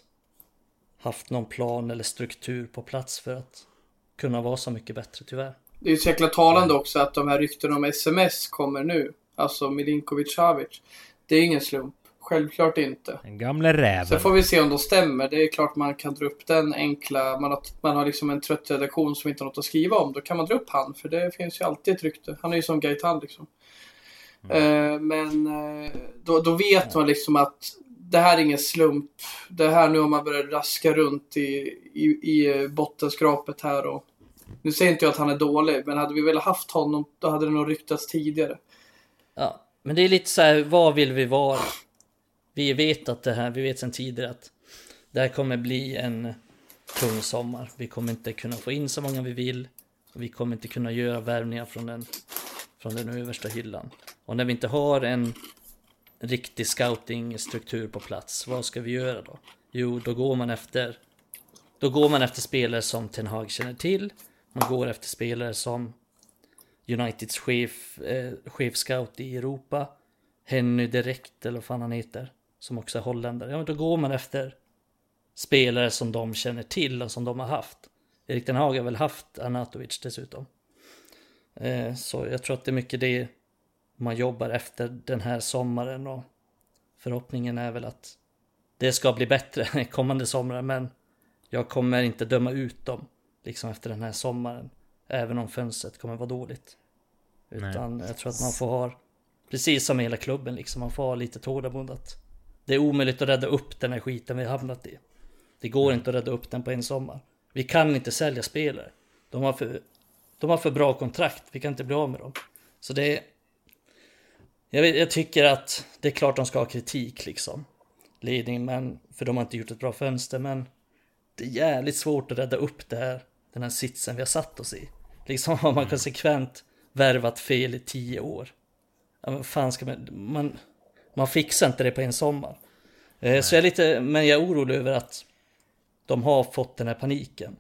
haft någon plan eller struktur på plats för att kunna vara så mycket bättre, tyvärr. Det är ju så jäkla talande också att de här ryktena om SMS kommer nu. Alltså Milinkovic-Savic. Det är ingen slump. Självklart inte. Den gamla räven. Så får vi se om de stämmer. Det är klart man kan dra upp den enkla. Man har liksom en trött redaktion som inte har något att skriva om. Då kan man dra upp han. För det finns ju alltid ett rykte. Han är ju som Gaetan liksom. Men då vet man liksom att det här är ingen slump. Det här nu har man börjat raska runt i bottenskrapet här. Och nu säger inte jag att han är dålig. Men hade vi väl haft honom, då hade det nog ryktats tidigare. Ja, men det är lite så här, vad vill vi vara? Vi vet sedan tidigare att det här kommer bli en tung sommar. Vi kommer inte kunna få in så många vi vill. Och vi kommer inte kunna göra värvningar från den översta hyllan. Och när vi inte har en riktig scouting-struktur på plats, vad ska vi göra då? Jo, då går man efter spelare som Ten Hag känner till. Man går efter spelare som Uniteds chefscout i Europa, Henny Direkt eller vad fan han heter, som också är holländare. Ja, men då går man efter spelare som de känner till och som de har haft. Erik Ten Hag har väl haft Arnautovic dessutom. Så jag tror att det är mycket det man jobbar efter den här sommaren, och förhoppningen är väl att det ska bli bättre kommande sommar, men jag kommer inte döma ut dem liksom efter den här sommaren, även om fönstret kommer vara dåligt. Utan jag tror att man får ha, precis som hela klubben liksom, man får ha lite tålamod, att det är omöjligt att rädda upp den här skiten vi har hamnat i. Det går inte att rädda upp den på en sommar. Vi kan inte sälja spelare. De har för bra kontrakt. Vi kan inte bli av med dem. Så det... Jag tycker att det är klart de ska ha kritik liksom. Ledning, men för de har inte gjort ett bra fönster. Men det är jävligt svårt att rädda upp den här sitsen vi har satt oss i. Liksom har man konsekvent värvat fel i 10 år. Ja, men fan ska man fixar inte det på en sommar. Så jag är orolig över att de har fått den här paniken.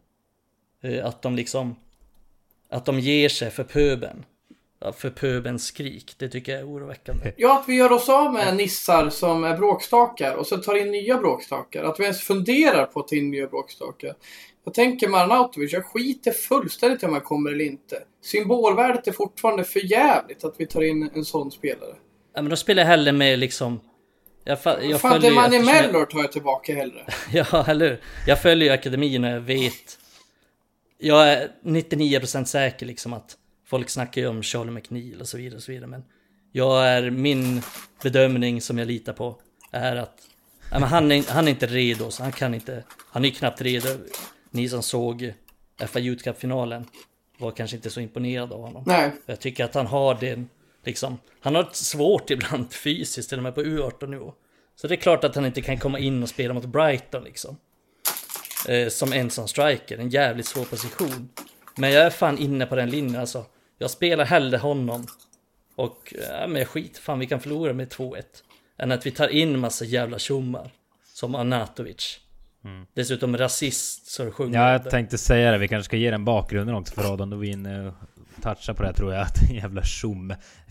Att de ger sig för pöben. För pöbens skrik. Det tycker jag är oroväckande. Ja, att vi gör oss av med nissar som är bråkstakar och så tar in nya bråkstakar. Att vi ens funderar på att ta in nya bråkstakar. Jag tänker med Arnautovic, jag skiter fullständigt om jag kommer eller inte. Symbolvärdet är fortfarande för jävligt att vi tar in en sån spelare. Ja, men då spelar jag hellre med liksom... det man är Mellor tar jag tillbaka hellre. Ja, eller hur? Jag följer ju akademin och jag vet... Jag är 99% säker liksom att folk snackar ju om Charlie McNeil och så vidare, men min bedömning som jag litar på är att men han är inte redo, så han är knappt redo. Ni som såg FA Youth Cup-finalen var kanske inte så imponerade av honom. Nej. Jag tycker att han har det liksom, han har ett svårt ibland fysiskt till och med på U18-nivå. Så det är klart att han inte kan komma in och spela mot Brighton liksom. Som ensam striker, en jävligt svår position. Men jag är fan inne på den linjen alltså. Jag spelar hellre honom. Och men skit, fan vi kan förlora med 2-1. Än att vi tar in massa jävla tjommar. Som Arnautovic. Dessutom rasist så sjunger. Ja, jag tänkte säga det. Vi kanske ska ge den bakgrunden också för Adam. Då vi in toucha på det, tror jag. Att jävla tjomme. Det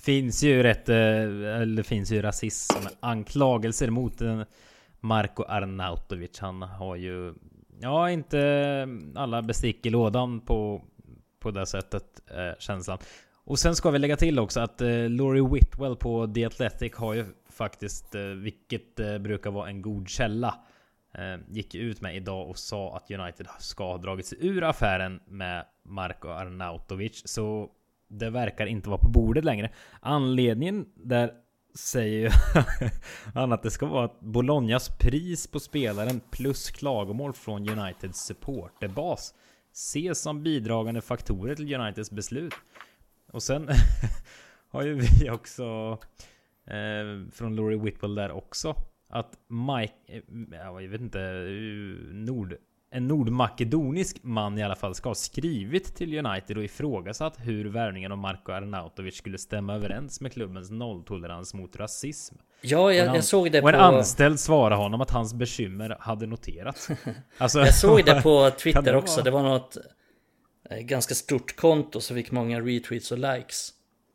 finns ju rasism. Anklagelser mot Marko Arnautovic. Han har ju inte alla bestick i lådan på det sättet, känslan. Och sen ska vi lägga till också att Laurie Whitwell på The Athletic har ju faktiskt, vilket brukar vara en god källa, gick ut med idag och sa att United ska ha dragit sig ur affären med Marko Arnautovic. Så det verkar inte vara på bordet längre. Anledningen där säger ju han att det ska vara att Bolognas pris på spelaren plus klagomål från Uniteds supporterbas ses som bidragande faktorer till Uniteds beslut. Och sen har ju vi också från Laurie Whitwell där också att jag vet inte, en nordmakedonisk man i alla fall ska ha skrivit till United och ifrågasatt hur värvningen av Marko Arnautovic skulle stämma överens med klubbens nolltolerans mot rasism. Ja, jag såg det på... Och en anställd svarade honom att hans bekymmer hade noterats. Alltså, jag såg det på Twitter också. Det var något ganska stort konto som fick många retweets och likes.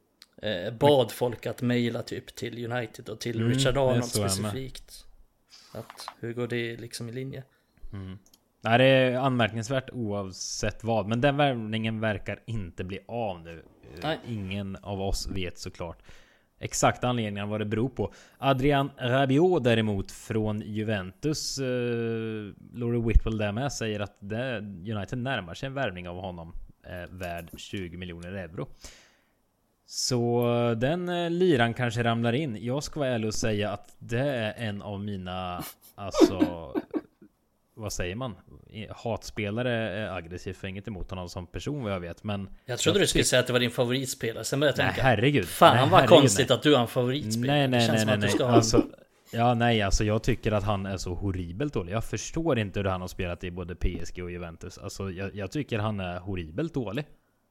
Bad folk att mejla typ till United och till Richard Arnold specifikt. Att hur går det liksom i linje? Nej, det är anmärkningsvärt oavsett vad. Men den värvningen verkar inte bli av nu. Nej. Ingen av oss vet såklart exakt anledningen vad det beror på. Adrian Rabiot däremot från Juventus, Laurie Whitwell där med, säger att United närmar sig en värvning av honom värd 20 miljoner euro. Så den liran kanske ramlar in. Jag ska vara ärlig och säga att det är en av mina, alltså, vad säger man? Hatspelare är aggressiv, för inget emot honom som person vad jag vet, men jag trodde du skulle säga att det var din favoritspelare. Sen började jag tänka, herregud. Fan vad konstigt att du har en favoritspelare. Nej, alltså jag tycker att han är så horribelt dålig. Jag förstår inte hur han har spelat i både PSG och Juventus. Alltså jag tycker han är horribelt dålig.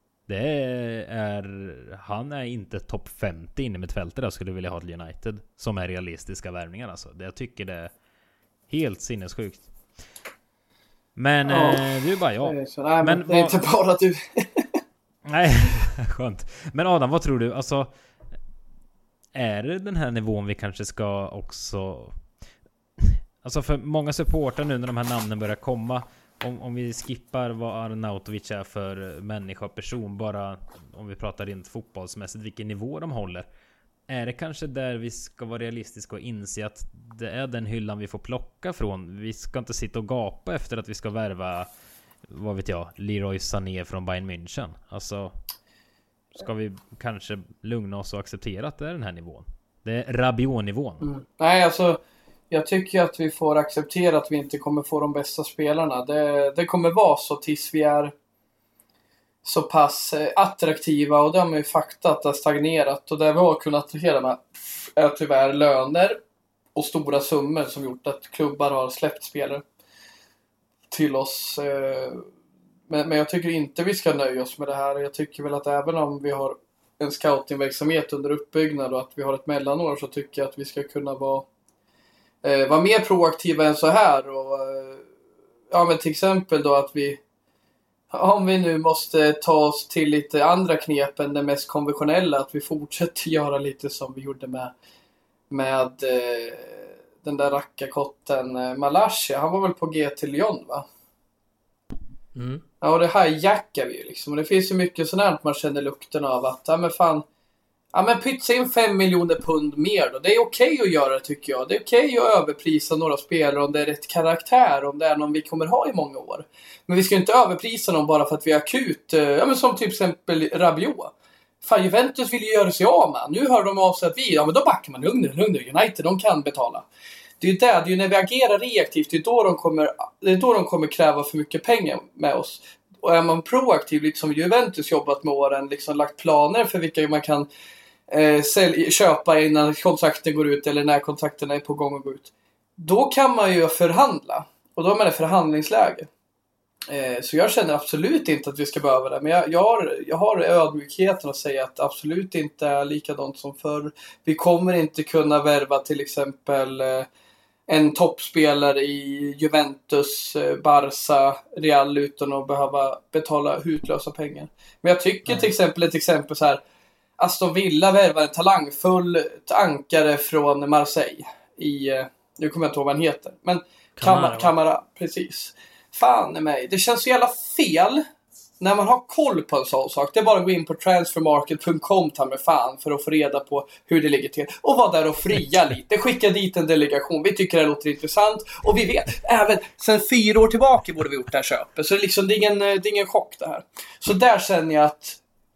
Han är inte topp 50 inne med fältet. Jag skulle vilja ha till United som är realistiska värvningar alltså. Jag tycker det är helt sinnessjukt. Men det är bara jag. Men det är inte bara du. Nej, skönt. Men Adam, vad tror du? Alltså, är det den här nivån vi kanske ska också... Alltså för många supportrar nu när de här namnen börjar komma, om vi skippar vad Arnautovic är för människa och person, bara om vi pratar rent fotbollsmässigt, vilken nivå de håller. Är det kanske där vi ska vara realistiska och inse att det är den hyllan vi får plocka från? Vi ska inte sitta och gapa efter att vi ska värva, vad vet jag, Leroy Sané från Bayern München. Alltså, ska vi kanske lugna oss och acceptera att det är den här nivån? Det är Rabiot-nivån. Nej, alltså, Jag tycker att vi får acceptera att vi inte kommer få de bästa spelarna. Det kommer vara så tills vi är så pass attraktiva, och det har man ju fakta att det har stagnerat, och det vi har kunnat attrahera med är tyvärr löner och stora summor som gjort att klubbar har släppt spelare till oss. Men jag tycker inte vi ska nöja oss med det här. Jag tycker väl att även om vi har en scoutingverksamhet under uppbyggnad och att vi har ett mellanår, så tycker jag att vi ska kunna vara mer proaktiva än så här. Och ja, men till exempel då att vi, om vi nu måste ta oss till lite andra knep än det mest konventionella, att vi fortsätter göra lite som vi gjorde med den där rackarkotten Malaysia. Han var väl på G till Lyon, va? Mm. Ja, och det här jackar vi ju liksom. Och det finns ju mycket sådant att man känner lukten av att, ja men fan, ja men pytsa in 5 miljoner pund mer då. Det är okej att göra det, tycker jag. Det är okej att överprisa några spelare om det är rätt karaktär, om det är någon vi kommer ha i många år. Men vi ska inte överprisa någon bara för att vi är akut. Ja men som till exempel Rabiot. Fan, Juventus vill ju göra sig av med. Nu hör de av sig att vi, ja men då backar man. Lugn. United, de kan betala. Det är ju när vi agerar reaktivt, det är då de kommer kräva för mycket pengar med oss. Och är man proaktiv, liksom Juventus jobbat med åren, liksom lagt planer för vilka man kan köpa innan kontrakten går ut, eller när kontrakterna är på gång att gå ut. Då kan man ju förhandla, och då är man i förhandlingsläge. Så jag känner absolut inte att vi ska behöva det. Men jag har ödmjukheten att säga att absolut inte är likadant som förr. Vi kommer inte kunna värva till exempel en toppspelare i Juventus, Barca, Real utan att behöva betala hutlösa pengar. Men jag tycker till exempel ett exempel så här: Aston Villa värvar en talangfull ankare från Marseille i, nu kommer jag inte ihåg vad han heter, men Kamara, precis. Fan i mig, det känns så jävla fel när man har koll på en sån sak. Det är bara att gå in på transfermarket.com med fan för att få reda på hur det ligger till. Och vara där och fria lite. Skicka dit en delegation. Vi tycker det låter intressant. Och vi vet, även sen 4 år tillbaka borde vi gjort det här köpet. Så liksom, det är ingen chock det här. Så där känner jag att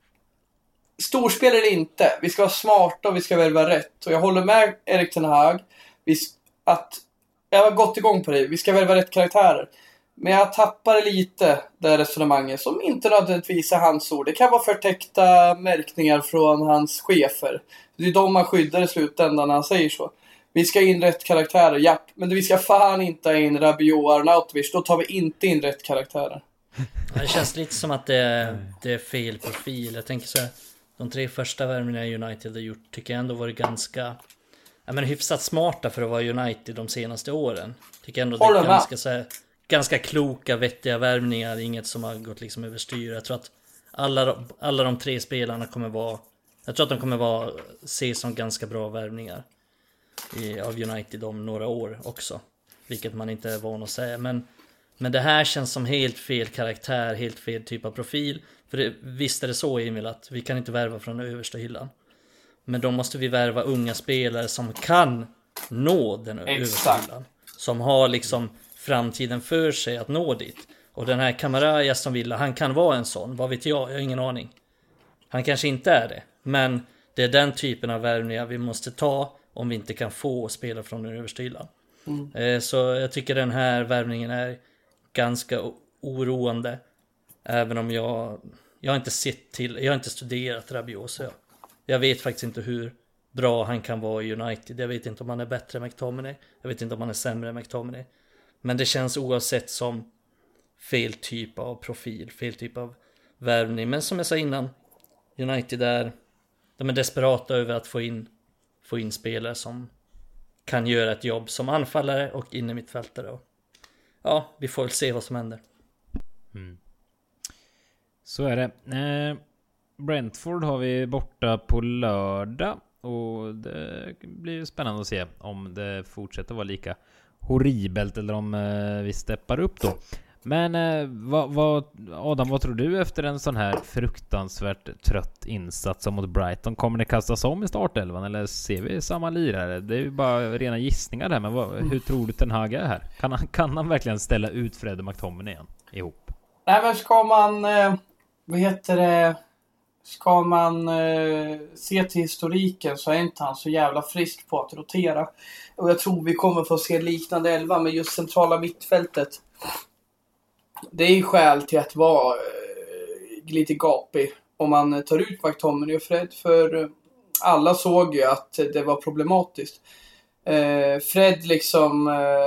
storspel eller inte, vi ska vara smarta och vi ska välja rätt. Och jag håller med Erik Ten Hag att jag har gått igång på det. Vi ska välja rätt karaktärer. Men jag tappar lite det resonemanget som inte nödvändigtvis är hans ord. Det kan vara förtäckta märkningar från hans chefer. Det är de man skyddar i slutändan när han säger så. Vi ska in rätt karaktärer, ja. Men vi ska fan inte in Rabiot och Arnautovic. Då tar vi inte in rätt karaktärer. Det känns lite som att det är fel profil. Jag tänker så här, de 3 första värvningarna United har gjort tycker jag ändå varit ganska hyfsat smarta för att vara United de senaste åren. Tycker ändå det är ganska så här, ganska kloka, vettiga värvningar. Inget som har gått liksom överstyr. Jag tror att alla de 3 spelarna kommer vara, jag tror att de kommer vara ses som ganska bra värvningar av United om några år också. Vilket man inte är van att säga. Men det här känns som helt fel karaktär, helt fel typ av profil. För visst är det så, Emil, att vi kan inte värva från översta hyllan. Men då måste vi värva unga spelare som kan nå den översta hyllan. Som har liksom framtiden för sig att nå dit. Och den här Kamara som vill, han kan vara en sån. Vad vet jag har ingen aning. Han kanske inte är det. Men det är den typen av värvningar vi måste ta om vi inte kan få spela från den översta hyllan. Så jag tycker den här värvningen är ganska oroande. Även om jag har inte jag har inte studerat Rabiot, så jag vet faktiskt inte hur bra han kan vara i United. Jag vet inte om han är bättre än McTominay. Jag vet inte om han är sämre än McTominay. Men det känns oavsett som fel typ av profil, fel typ av värvning. Men som jag sa innan, United de är desperata över att få in spelare som kan göra ett jobb som anfallare och inne mittfältare. Ja, vi får väl se vad som händer. Så är det. Brentford har vi borta på lördag. Och det blir spännande att se om det fortsätter vara lika horribelt eller om vi steppar upp då. Men Adam, vad tror du efter en sån här fruktansvärt trött insats som mot Brighton? Kommer det kastas om i startelvan eller ser vi samma lirare? Det är ju bara rena gissningar där, men hur tror du Ten Hag är här? Kan han verkligen ställa ut Fred och McTominay igen ihop? Nej, men ska man ska man se till historiken så är inte han så jävla frisk på att rotera. Och jag tror vi kommer få se liknande 11 med just centrala mittfältet. Det är skäl till att vara lite gapig om man tar ut McTominay och Fred. För alla såg ju att det var problematiskt. Fred liksom...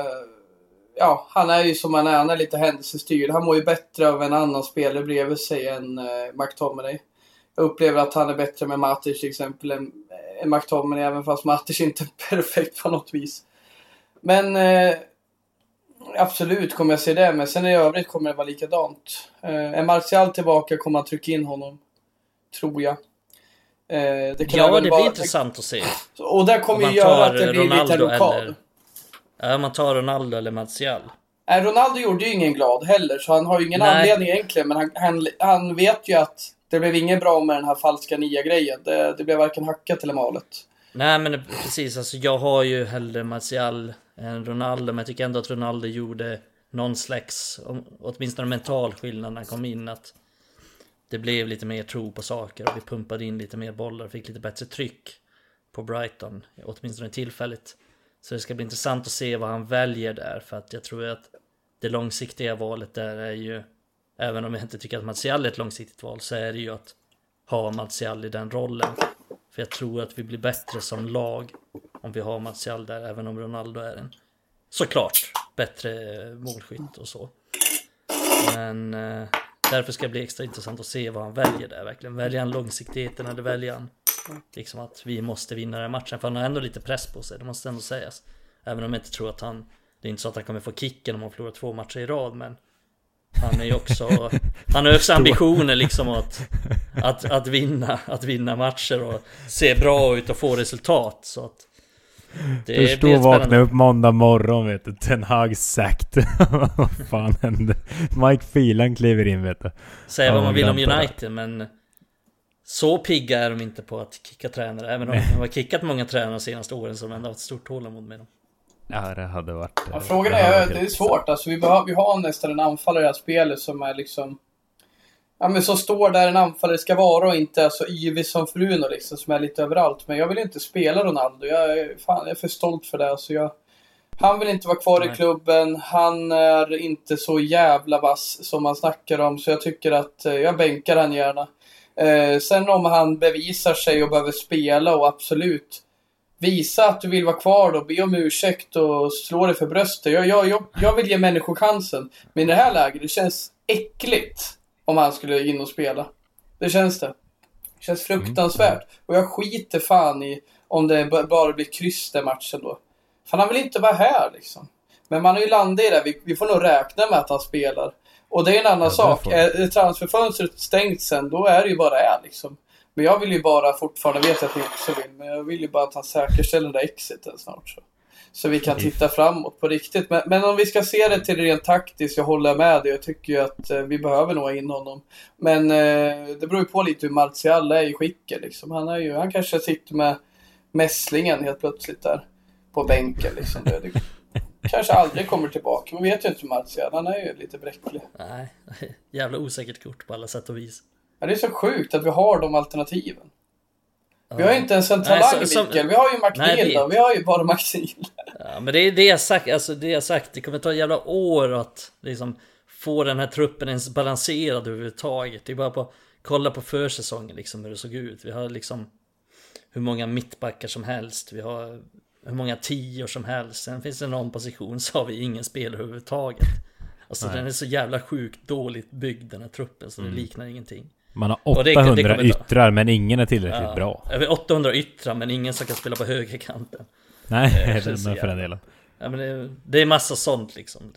han är ju som han är lite händelsestyrd. Han mår ju bättre av en annan spelare bredvid sig än McTominay. Jag upplever att han är bättre med Matic till exempel än McTominay, även fast Matic inte är perfekt på något vis. Men absolut kommer jag se det, men sen i övrigt kommer det vara likadant. Är Martial tillbaka kommer man trycka in honom, tror jag. Det blir intressant att se. Och där kommer ju göra att det blir lite lokal. Ja, man tar Ronaldo eller Martial. Ronaldo gjorde ju ingen glad heller, så han har ju ingen anledning egentligen. Men han vet ju att det blev ingen bra med den här falska nya grejen. Det blev varken hackat eller malet. Nej, men precis. Alltså, jag har ju hellre Martial än Ronaldo, men jag tycker ändå att Ronaldo gjorde någon slags, åtminstone mental skillnad när han kom in. Att det blev lite mer tro på saker och vi pumpade in lite mer bollar och fick lite bättre tryck på Brighton, åtminstone tillfälligt. Så det ska bli intressant att se vad han väljer där, för att jag tror att det långsiktiga valet där är ju, även om jag inte tycker att Martial är ett långsiktigt val, så är det ju att ha Martial i den rollen. För jag tror att vi blir bättre som lag om vi har Martial där, även om Ronaldo är en såklart bättre målskytt och så. Men därför ska det bli extra intressant att se vad han väljer där. Verkligen väljer han långsiktigheten eller väljer han liksom att vi måste vinna den här matchen. För han har ändå lite press på sig, det måste ändå sägas. Även om jag inte tror att det är inte så att han kommer få kicken om han förlorar 2 matcher i rad, men han är ju också, han har också ambitioner liksom att vinna matcher och se bra ut och få resultat, så att det förstå blir vakna upp måndag morgon, vet du, Ten Hag sagt. Vad fan hände? Mike Phelan kliver in, vet du. Säg vad man vill om United, men så pigga är de inte på att kicka tränare. Även om de har kickat många tränare de senaste åren, så de ändå har ett stort tålamod med dem. Ja, det hade varit... frågan är, det är svårt. Alltså, vi har nästan en anfallare i det här spelet som är liksom... Ja, men så står där en anfallare ska vara och inte är så yvig som Bruno liksom, som är lite överallt. Men jag vill inte spela Ronaldo. Jag är för stolt för det. Alltså, han vill inte vara kvar i klubben. Han är inte så jävla vass som man snackar om. Så jag tycker att jag bänkar han gärna. Sen om han bevisar sig och behöver spela och absolut visa att du vill vara kvar då, be om ursäkt och slå dig för bröstet. Jag vill ge människor chansen. Men i det här läget, det känns äckligt om han skulle in och spela. Det känns fruktansvärt. Och jag skiter fan i om det bara blir kryss den matchen då. Fan, han vill inte vara här liksom. Men man har ju landat i det. Vi får nog räkna med att han spelar. Och det är en annan sak. Är transferfönstret stängt sen, då är det ju bara det liksom. Men jag vill ju bara fortfarande, vet att ni också vill, men jag vill ju bara att han säkerställer den där exiten snart så vi kan titta framåt på riktigt. Men om vi ska se det till rent taktiskt, jag håller med dig. Jag tycker ju att vi behöver nog in honom. Men det beror ju på lite hur Martial är i skicket liksom. Han kanske sitter med mässlingen helt plötsligt där på bänken liksom. Det kanske aldrig kommer tillbaka. Man vet ju inte hur Martial, han är ju lite bräcklig. Nej, jävla osäkert kort på alla sätt och vis. Ja, det är så sjukt att vi har de alternativen. Vi har ju inte ens en talang, Mikael. Vi har ju McNeil då. Vi har ju bara McNeil. Ja, men det är det jag sagt. Alltså, det jag sagt, det kommer ta ett jävla år att liksom få den här truppen ens balanserad överhuvudtaget. Det är bara på kolla på försäsongen liksom, hur det såg ut. Vi har liksom hur många mittbackar som helst. Vi har hur många 10 som helst. Sen finns det någon position så har vi ingen spelare överhuvudtaget. Alltså den är så jävla sjukt dåligt byggd, den här truppen, så det liknar ingenting. Man har 800 yttrar, men ingen är tillräckligt bra. 800 yttrar, men ingen som kan spela på högerkanten. Nej, det är för den delen. Ja, men det är massa sånt liksom.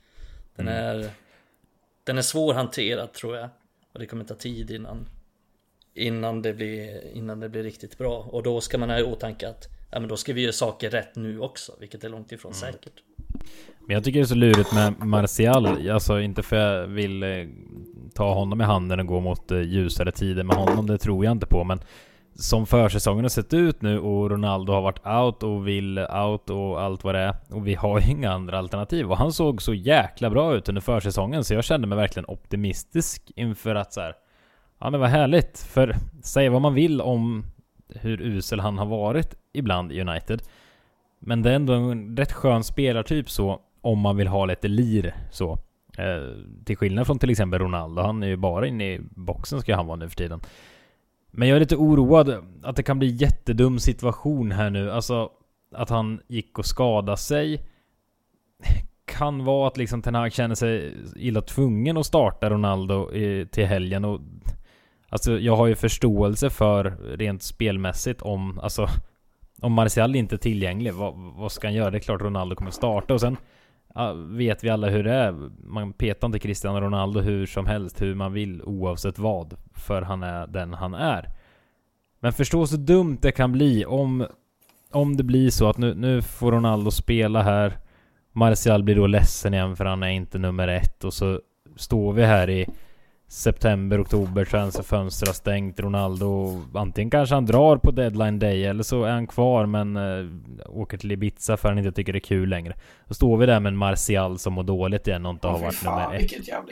Den är svårhanterad, tror jag. Och det kommer ta tid innan det blir riktigt bra. Och då ska man ha i åtanke att men då ska vi göra saker rätt nu också, vilket är långt ifrån säkert. Men jag tycker det är så lurigt med Martial. Alltså inte för jag vill ta honom i handen och gå mot ljusare tider med honom, det tror jag inte på. Men som försäsongen har sett ut nu och Ronaldo har varit out och vill out och allt vad det är. Och vi har ju inga andra alternativ. Och han såg så jäkla bra ut under försäsongen, så jag kände mig verkligen optimistisk inför att så här, Ja, men vad härligt. För säga vad man vill om hur usel han har varit ibland i United. Men det är ändå en rätt skön spelartyp så, om man vill ha lite lir så. Till skillnad från till exempel Ronaldo. Han är ju bara inne i boxen, ska han vara nu för tiden. Men jag är lite oroad att det kan bli jättedum situation här nu. Alltså att han gick och skadade sig. Kan vara att liksom Ten Hag känner sig illa tvungen att starta Ronaldo till helgen. Och alltså jag har ju förståelse för rent spelmässigt om Martial inte är tillgänglig, vad ska han göra? Det är klart Ronaldo kommer starta. Och sen vet vi alla hur det är. Man petar inte Cristiano Ronaldo hur som helst, hur man vill, oavsett vad. För han är den han är. Men förstå så dumt det kan bli om det blir så att nu får Ronaldo spela här. Martial blir då ledsen igen för han är inte nummer 1. Och så står vi här i september, oktober, transferfönster har stängt. Ronaldo, antingen kanske han drar på deadline day eller så är han kvar men åker till Ibiza för han inte tycker det är kul längre. Då står vi där med en Martial som mår dåligt igen och inte har varit nummer 1.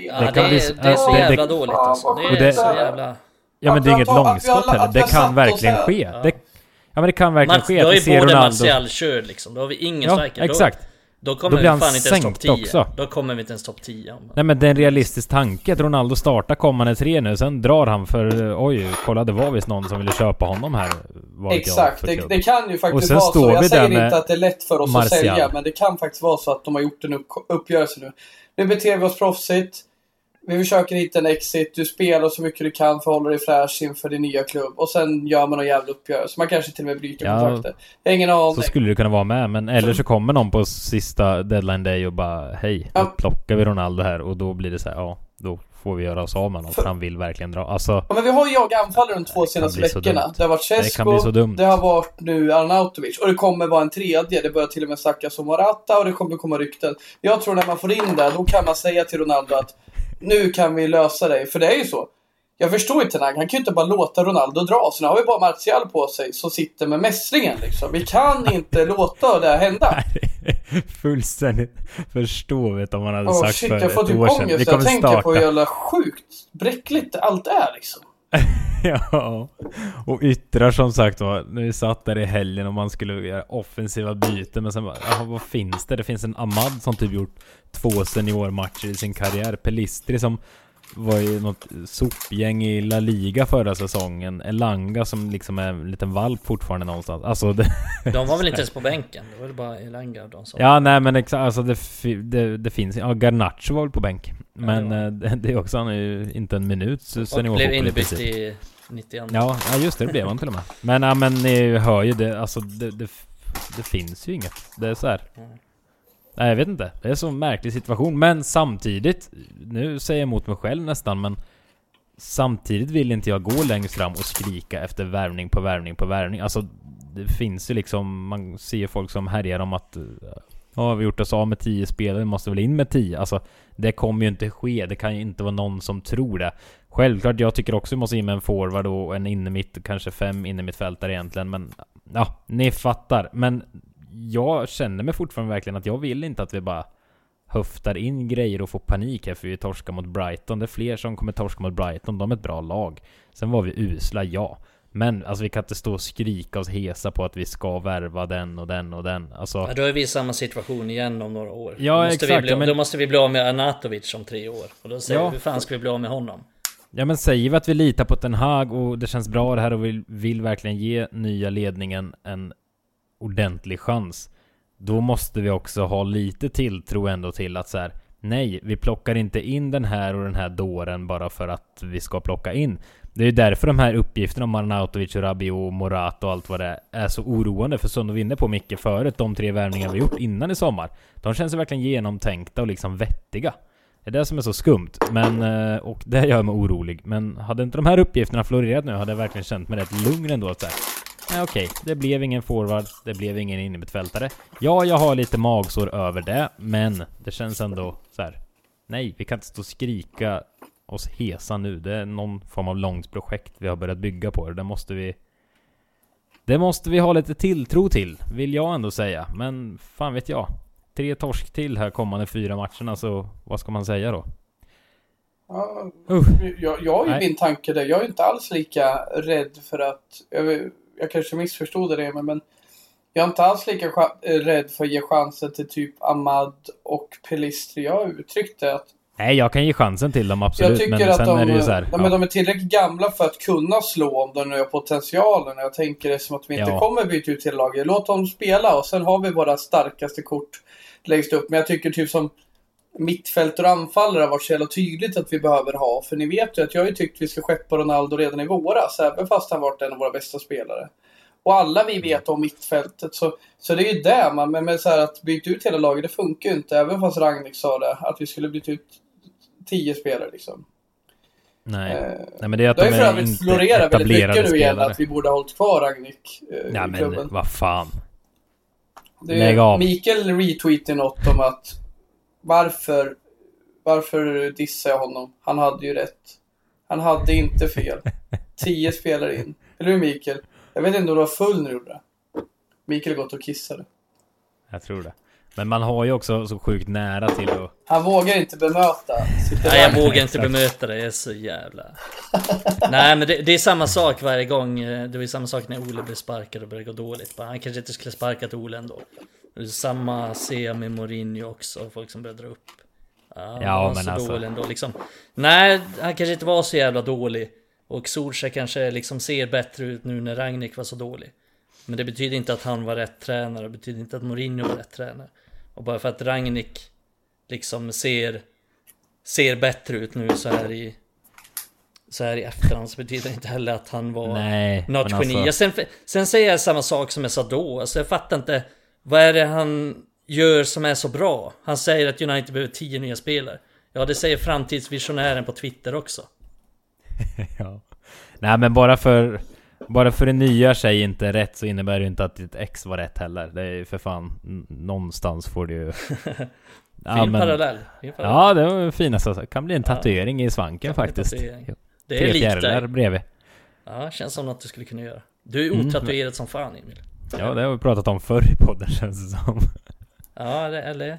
Det är så jävla dåligt alltså. Det är så jävla... Ja, men det är inget långskott heller. Det kan verkligen ske. Ja, men det kan verkligen ske. Då är ju både Martial körd liksom. Då har vi ingen striker. Exakt. Då kommer vi fan inte ens topp 10 också. Då kommer vi inte ens topp 10. Nej, men det är en realistisk tanke att Ronaldo startar kommande 3 nu. Sen drar han för, oj, kolla det var visst någon som ville köpa honom här. Exakt, det kan ju faktiskt vara så. Jag säger inte att det är lätt för oss att sälja, men det kan faktiskt vara så att de har gjort en uppgörelse nu. Nu beter vi oss proffsigt. Vi försöker hitta en exit. Du spelar så mycket du kan för att hålla dig fräsch inför din nya klubb. Och sen gör man en jävla uppgörelse. Man kanske till och med bryter kontrakter. Jag har ingen aning. Så skulle det kunna vara med. Men eller så kommer någon på sista deadline day och bara hej, nu plockar vi Ronaldo här. Och då blir det så här, ja, då får vi göra oss av med honom. För han vill verkligen dra. Alltså, men vi har ju anfallare de 2 senaste veckorna. Det har varit Cesco, det har varit nu Arnautovic. Och det kommer vara en tredje. Det börjar till och med snackas om Morata. Och det kommer komma rykten. Jag tror när man får in det, då kan man säga till Ronaldo att nu kan vi lösa det. För det är ju så. Jag förstår inte han kan ju inte bara låta Ronaldo dra. Så nu har vi bara Martial på sig som sitter med mässlingen liksom. Vi kan inte låta det hända. Fullständigt förstå vet om man hade sagt shit, för jag får typ ångest. Jag tänker på hur jävla sjukt bräckligt allt är liksom. Ja, och yttrar som sagt var, när vi satt där i helgen och man skulle göra offensiva byten, men sen bara, vad finns det? Det finns en Ahmad som typ gjort 2 seniormatcher i sin karriär. Pelistri som var ju något sopgäng i La Liga förra säsongen. Elanga som liksom är en liten valp fortfarande någonstans. Alltså de var väl inte ens på bänken. Det var bara Elanga och de som... Ja, nej men alltså det finns... Ja, Garnacho var väl på bänk. Men det är också, han är ju inte en minut sen och blev inbytt i 92. Ja, just det blev han till och med. Men ja, men ni hör ju det. Alltså det finns ju inget. Det är så här... Nej, jag vet inte. Det är så en märklig situation. Men samtidigt, nu säger jag emot mig själv nästan, men samtidigt vill inte jag gå längst fram och skrika efter värvning på värvning på värvning. Alltså, det finns ju liksom, man ser folk som härjar om att ja, vi har gjort oss av med 10 spelare, vi måste väl in med 10. Alltså, det kommer ju inte ske. Det kan ju inte vara någon som tror det. Självklart, jag tycker också vi måste in med en forward och en innermitt, kanske 5 innermittfältare egentligen. Men ja, ni fattar. Men jag känner mig fortfarande verkligen att jag vill inte att vi bara höftar in grejer och får panik här för vi torskar mot Brighton. Det är fler som kommer torska mot Brighton. De är ett bra lag. Sen var vi usla, ja. Men alltså vi kan inte stå och skrika och hesa på att vi ska värva den och den och den. Alltså... Ja, då är vi i samma situation igen om några år. Ja, exakt. Då måste vi bli av med Arnautovic om 3 år. Och då säger vi, hur fan ska vi bli av med honom? Ja, men säger vi att vi litar på Ten Hag och det känns bra det här och vi vill verkligen ge nya ledningen en ordentlig chans, då måste vi också ha lite tilltro ändå till att så här, nej, vi plockar inte in den här och den här dåren bara för att vi ska plocka in. Det är ju därför de här uppgifterna om Arnautovic, Rabiot, Morata och allt vad det är så oroande, för som du vinner på mycket förut, de 3 värvningar vi gjort innan i sommar, de känns ju verkligen genomtänkta och liksom vettiga. Det är det som är så skumt, men, och det gör mig orolig. Men hade inte de här uppgifterna florerat nu hade jag verkligen känt mig rätt lugn ändå att säga. Nej, okej, det blev ingen forward, det blev ingen innermittfältare. Ja, jag har lite magsår över det, men det känns ändå så här. Nej, vi kan inte stå och skrika oss hesa nu. Det är någon form av långt projekt vi har börjat bygga på. Det måste vi ha lite tilltro till, vill jag ändå säga. Men fan vet jag. 3 torsk till här kommande 4 matcherna, så vad ska man säga då? Ja, jag har ju min tanke där. Jag är inte alls lika rädd för att... Jag kanske missförstod det, men jag är inte alls lika rädd för att ge chansen till typ Ahmad och Pelistri. Jag har uttryckt det att... Nej, jag kan ge chansen till dem, absolut. Jag tycker att de är tillräckligt gamla för att kunna slå om de nu har potentialen. Jag tänker det som att vi inte kommer byta ut till laget. Låt dem spela och sen har vi våra starkaste kort längst upp. Men jag tycker typ som mittfält och anfallare har varit så jävla tydligt att vi behöver ha. För ni vet ju att jag har ju tyckt att vi ska skeppa Ronaldo redan i våras, även fast han varit en av våra bästa spelare. Och alla vi vet om mittfältet. Så det är ju det man. Men så här att byta ut hela laget, det funkar ju inte. Även fast Rangnick sa det. Att vi skulle byta ut 10 spelare liksom. Nej, men det är att de är inte florerar väldigt mycket nu igen. spelare. Att vi borde ha hållit kvar Rangnick ja, i klubben. Men vad fan. Lägg av. Mikael retweetade något om att varför dissar jag honom? Han hade ju rätt. Han hade inte fel. 10 spelare in. Eller hur, Mikael? Jag vet inte om du var full när du gjorde det. Mikael har gått och kissade. Jag tror det. Men man har ju också så sjukt nära till att... Han vågar inte bemöta. Nej, jag vågar inte bemöta det. Jag är så jävla... Nej, men det är samma sak varje gång. Det var samma sak när Ole blev sparkad och började gå dåligt. Han kanske inte skulle sparkat Ole ändå. Det är samma ser med Mourinho också. Folk som börjar dra upp. Ja, men så alltså... dålig ändå, liksom. Nej, han kanske inte var så jävla dålig. Och Solskjaer kanske liksom ser bättre ut nu när Rangnick var så dålig. Men det betyder inte att han var rätt tränare. Det betyder inte att Mourinho var rätt tränare. Och bara för att Rangnick liksom ser bättre ut nu så här i efterhand, så betyder det inte heller att han var något geni. Alltså... Sen säger jag samma sak som jag sa då. Alltså jag fattar inte, vad är det han gör som är så bra? Han säger att United behöver 10 nya spelare. Ja, det säger framtidsvisionären på Twitter också. Ja. Nej, men bara för det nya sig inte rätt så innebär det inte att ditt ex var rätt heller. Det är ju för fan, någonstans får du ju... Fin parallell. Ja, det var fint. Det kan bli en tatuering i svanken faktiskt. Det är likt där bredvid. Ja, känns som något du skulle kunna göra. Du är otatuerad som fan, Emil. Ja, det har vi pratat om förr i podden, känns det som. Ja, eller...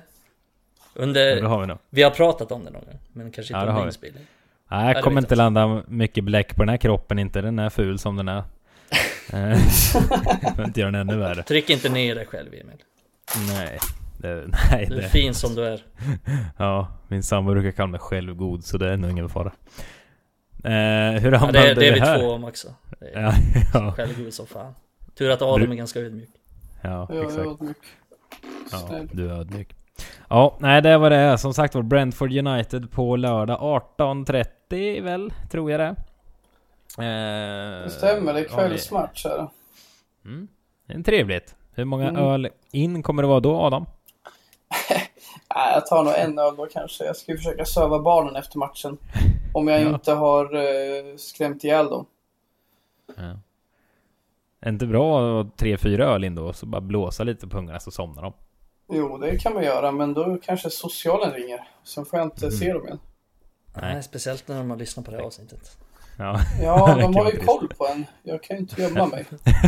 Vi har pratat om det någon gång, men kanske inte om inspelning. Nej, jag kommer inte landa mycket bläck på den här kroppen, inte. Den är ful som den är. Jag får inte göra den ännu värre. Tryck inte ner dig själv, Emil. Nej. Du är fin som du är. Ja, min sambo brukar kalla mig självgod, så det är nog ingen fara. Hur det är vi här? 2 om också. Ja. Självgod som fan. Tur att Adam är ganska ödmjuk. Ja, exakt. Jag är ödmjuk. Ja, du är ödmjuk. Ja, nej, det var det. Som sagt var Brentford United på lördag 18:30 väl, tror jag det. Det stämmer, det är kvällsmatch här. Det är trevligt. Hur många öl in kommer det vara då, Adam? Jag tar nog en öl då kanske. Jag ska försöka söva barnen efter matchen. Om jag inte har skrämt ihjäl dem. Ja. Är inte bra 3-4 öl in då, så bara blåsa lite på ungarna så somnar de? Jo, det kan man göra, men då kanske socialen ringer. Sen får jag inte se dem igen. Nej, speciellt när de har lyssnat på det avsnittet. Ja, de har ju koll på en. Jag kan ju inte gömma mig.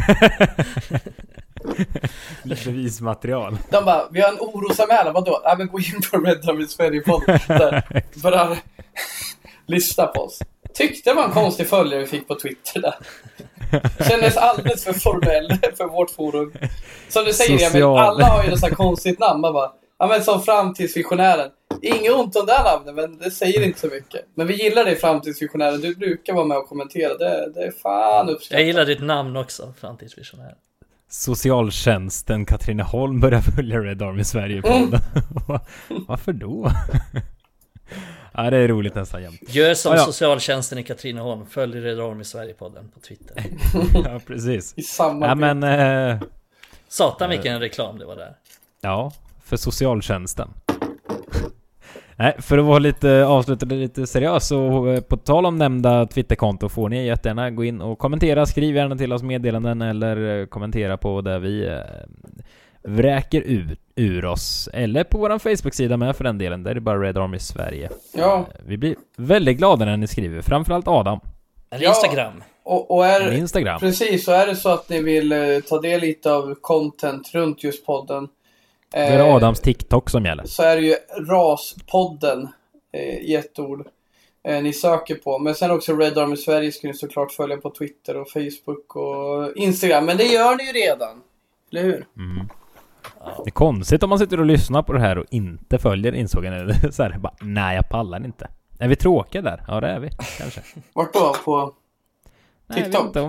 Bevismaterial. De bara, vi har en orosanmälan, vadå? Men gå in på Red Army Sverige podd. Bara lyssna på oss. Tyckte det var en konstig följare vi fick på Twitter där. Kändes alldeles för formell för vårt forum. Som du säger, men alla har ju en sån här konstigt namn. Man bara, men som framtidsvisionären. Inget ont om det här namnet, men det säger inte så mycket. Men vi gillar dig, framtidsvisionären. Du brukar vara med och kommentera. Det är fan uppskattat. Jag gillar ditt namn också, framtidsvisionären. Socialtjänsten Katrineholm börjar följa Red Army Sverige på den. Varför då? Ja, det är roligt nästan jämt. Gör som socialtjänsten i Katrineholm. Följ Red Army Sverige-podden på Twitter. Ja, precis. I samma Satan vilken reklam det var där. Ja, för socialtjänsten. Nej, för att vara avslutade lite seriös, så på tal om nämnda Twitterkonto får ni jättegärna gå in och kommentera. Skriv gärna till oss meddelanden eller kommentera på där vi vräker ur oss. Eller på vår Facebook-sida med för den delen. Där är det bara Red Army Sverige. Ja. Vi blir väldigt glada när ni skriver. Framförallt Adam. Eller Instagram. Och Instagram. Precis, så är det så att ni vill ta del lite av content runt just podden. Det är Adams TikTok som gäller. Så är det ju Raspodden i ett ord. ni söker på. Men sen också Red Army Sverige ska ni såklart följa på Twitter och Facebook och Instagram. Men det gör ni ju redan. Eller hur? Det är konstigt om man sitter och lyssnar på det här och inte följer, insåg jag så här, bara, nej jag pallar inte. Är vi tråkiga där? Ja det är vi, kanske. Vart då? På TikTok? Nej, jag vet inte,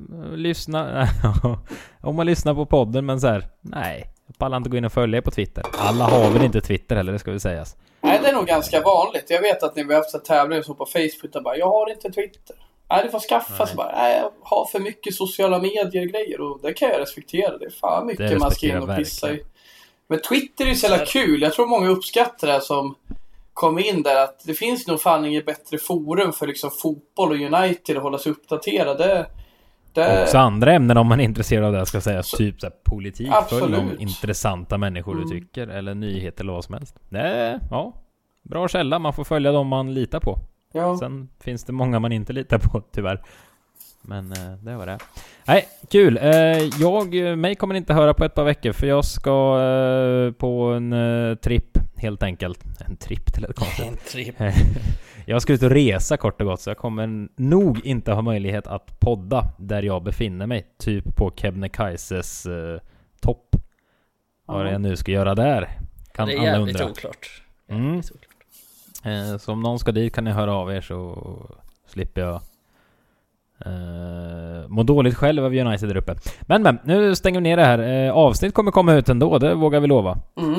om man lyssnar på podden, men så här, nej, jag pallar inte gå in och följa på Twitter. Alla har väl inte Twitter heller, det ska vi sägas. Nej, det är nog ganska vanligt. Jag vet att ni har haft tävlingar så på Facebook och bara, jag har inte Twitter. Nej, du får skaffa sig bara. Nej, jag har för mycket sociala medier-grejer och det kan jag respektera. Det är fan mycket man ska in och pissa i. Men Twitter är ju så jävla kul. Jag tror många uppskattar det som kom in där. Att det finns nog fan inget bättre forum för liksom fotboll och United att hålla sig uppdaterade. Också andra ämnen om man är intresserad av det, ska säga. Typ så här, politik. Absolut. Följ om intressanta människor du tycker. Eller nyheter eller vad som helst. Ja, bra källa. Man får följa dem man litar på. Ja. Sen finns det många man inte litar på, tyvärr. Men det var det. Nej, kul. Mig kommer inte höra på ett par veckor, för jag ska på en tripp, helt enkelt. En tripp till ett konstigt. En tripp. Jag ska ut och resa kort och gott, så jag kommer nog inte ha möjlighet att podda där jag befinner mig. Typ på Kebnekaises topp. Vad jag nu ska göra där. Kan det är alla jävligt undra. oklart. Så om någon ska dit kan ni höra av er, så slipper jag må dåligt själv av United där uppe. Men nu stänger vi ner det här. Avsnitt kommer komma ut ändå, det vågar vi lova.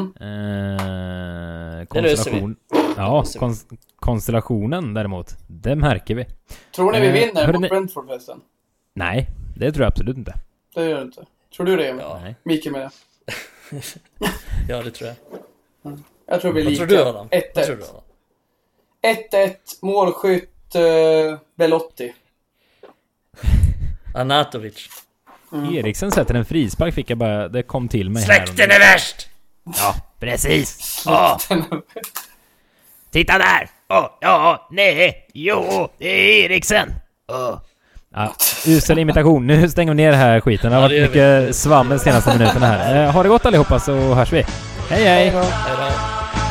Konstellation. Ja, konstellationen däremot, det märker vi. Tror ni vi vinner mot Brentford förresten? Nej, det tror jag absolut inte. Det gör det inte. Tror du det? Ja. Mikael med det. Ja, det tror jag. Jag tror vi är lika. Vad tror du, Adam? 1-1. 1-1, målskytt Belotti. Anatovic. Eriksen sätter en frispark, fick jag bara, det kom till mig. Släkten är värst! Ja, precis. Titta där! Ja, nej, jo, det är Eriksen. Ja, usel imitation. Nu stänger vi ner det här skiten. Det har varit mycket svammel senaste minuterna här. Ha det gott allihopa, så hörs vi. Hej hej! Hej då.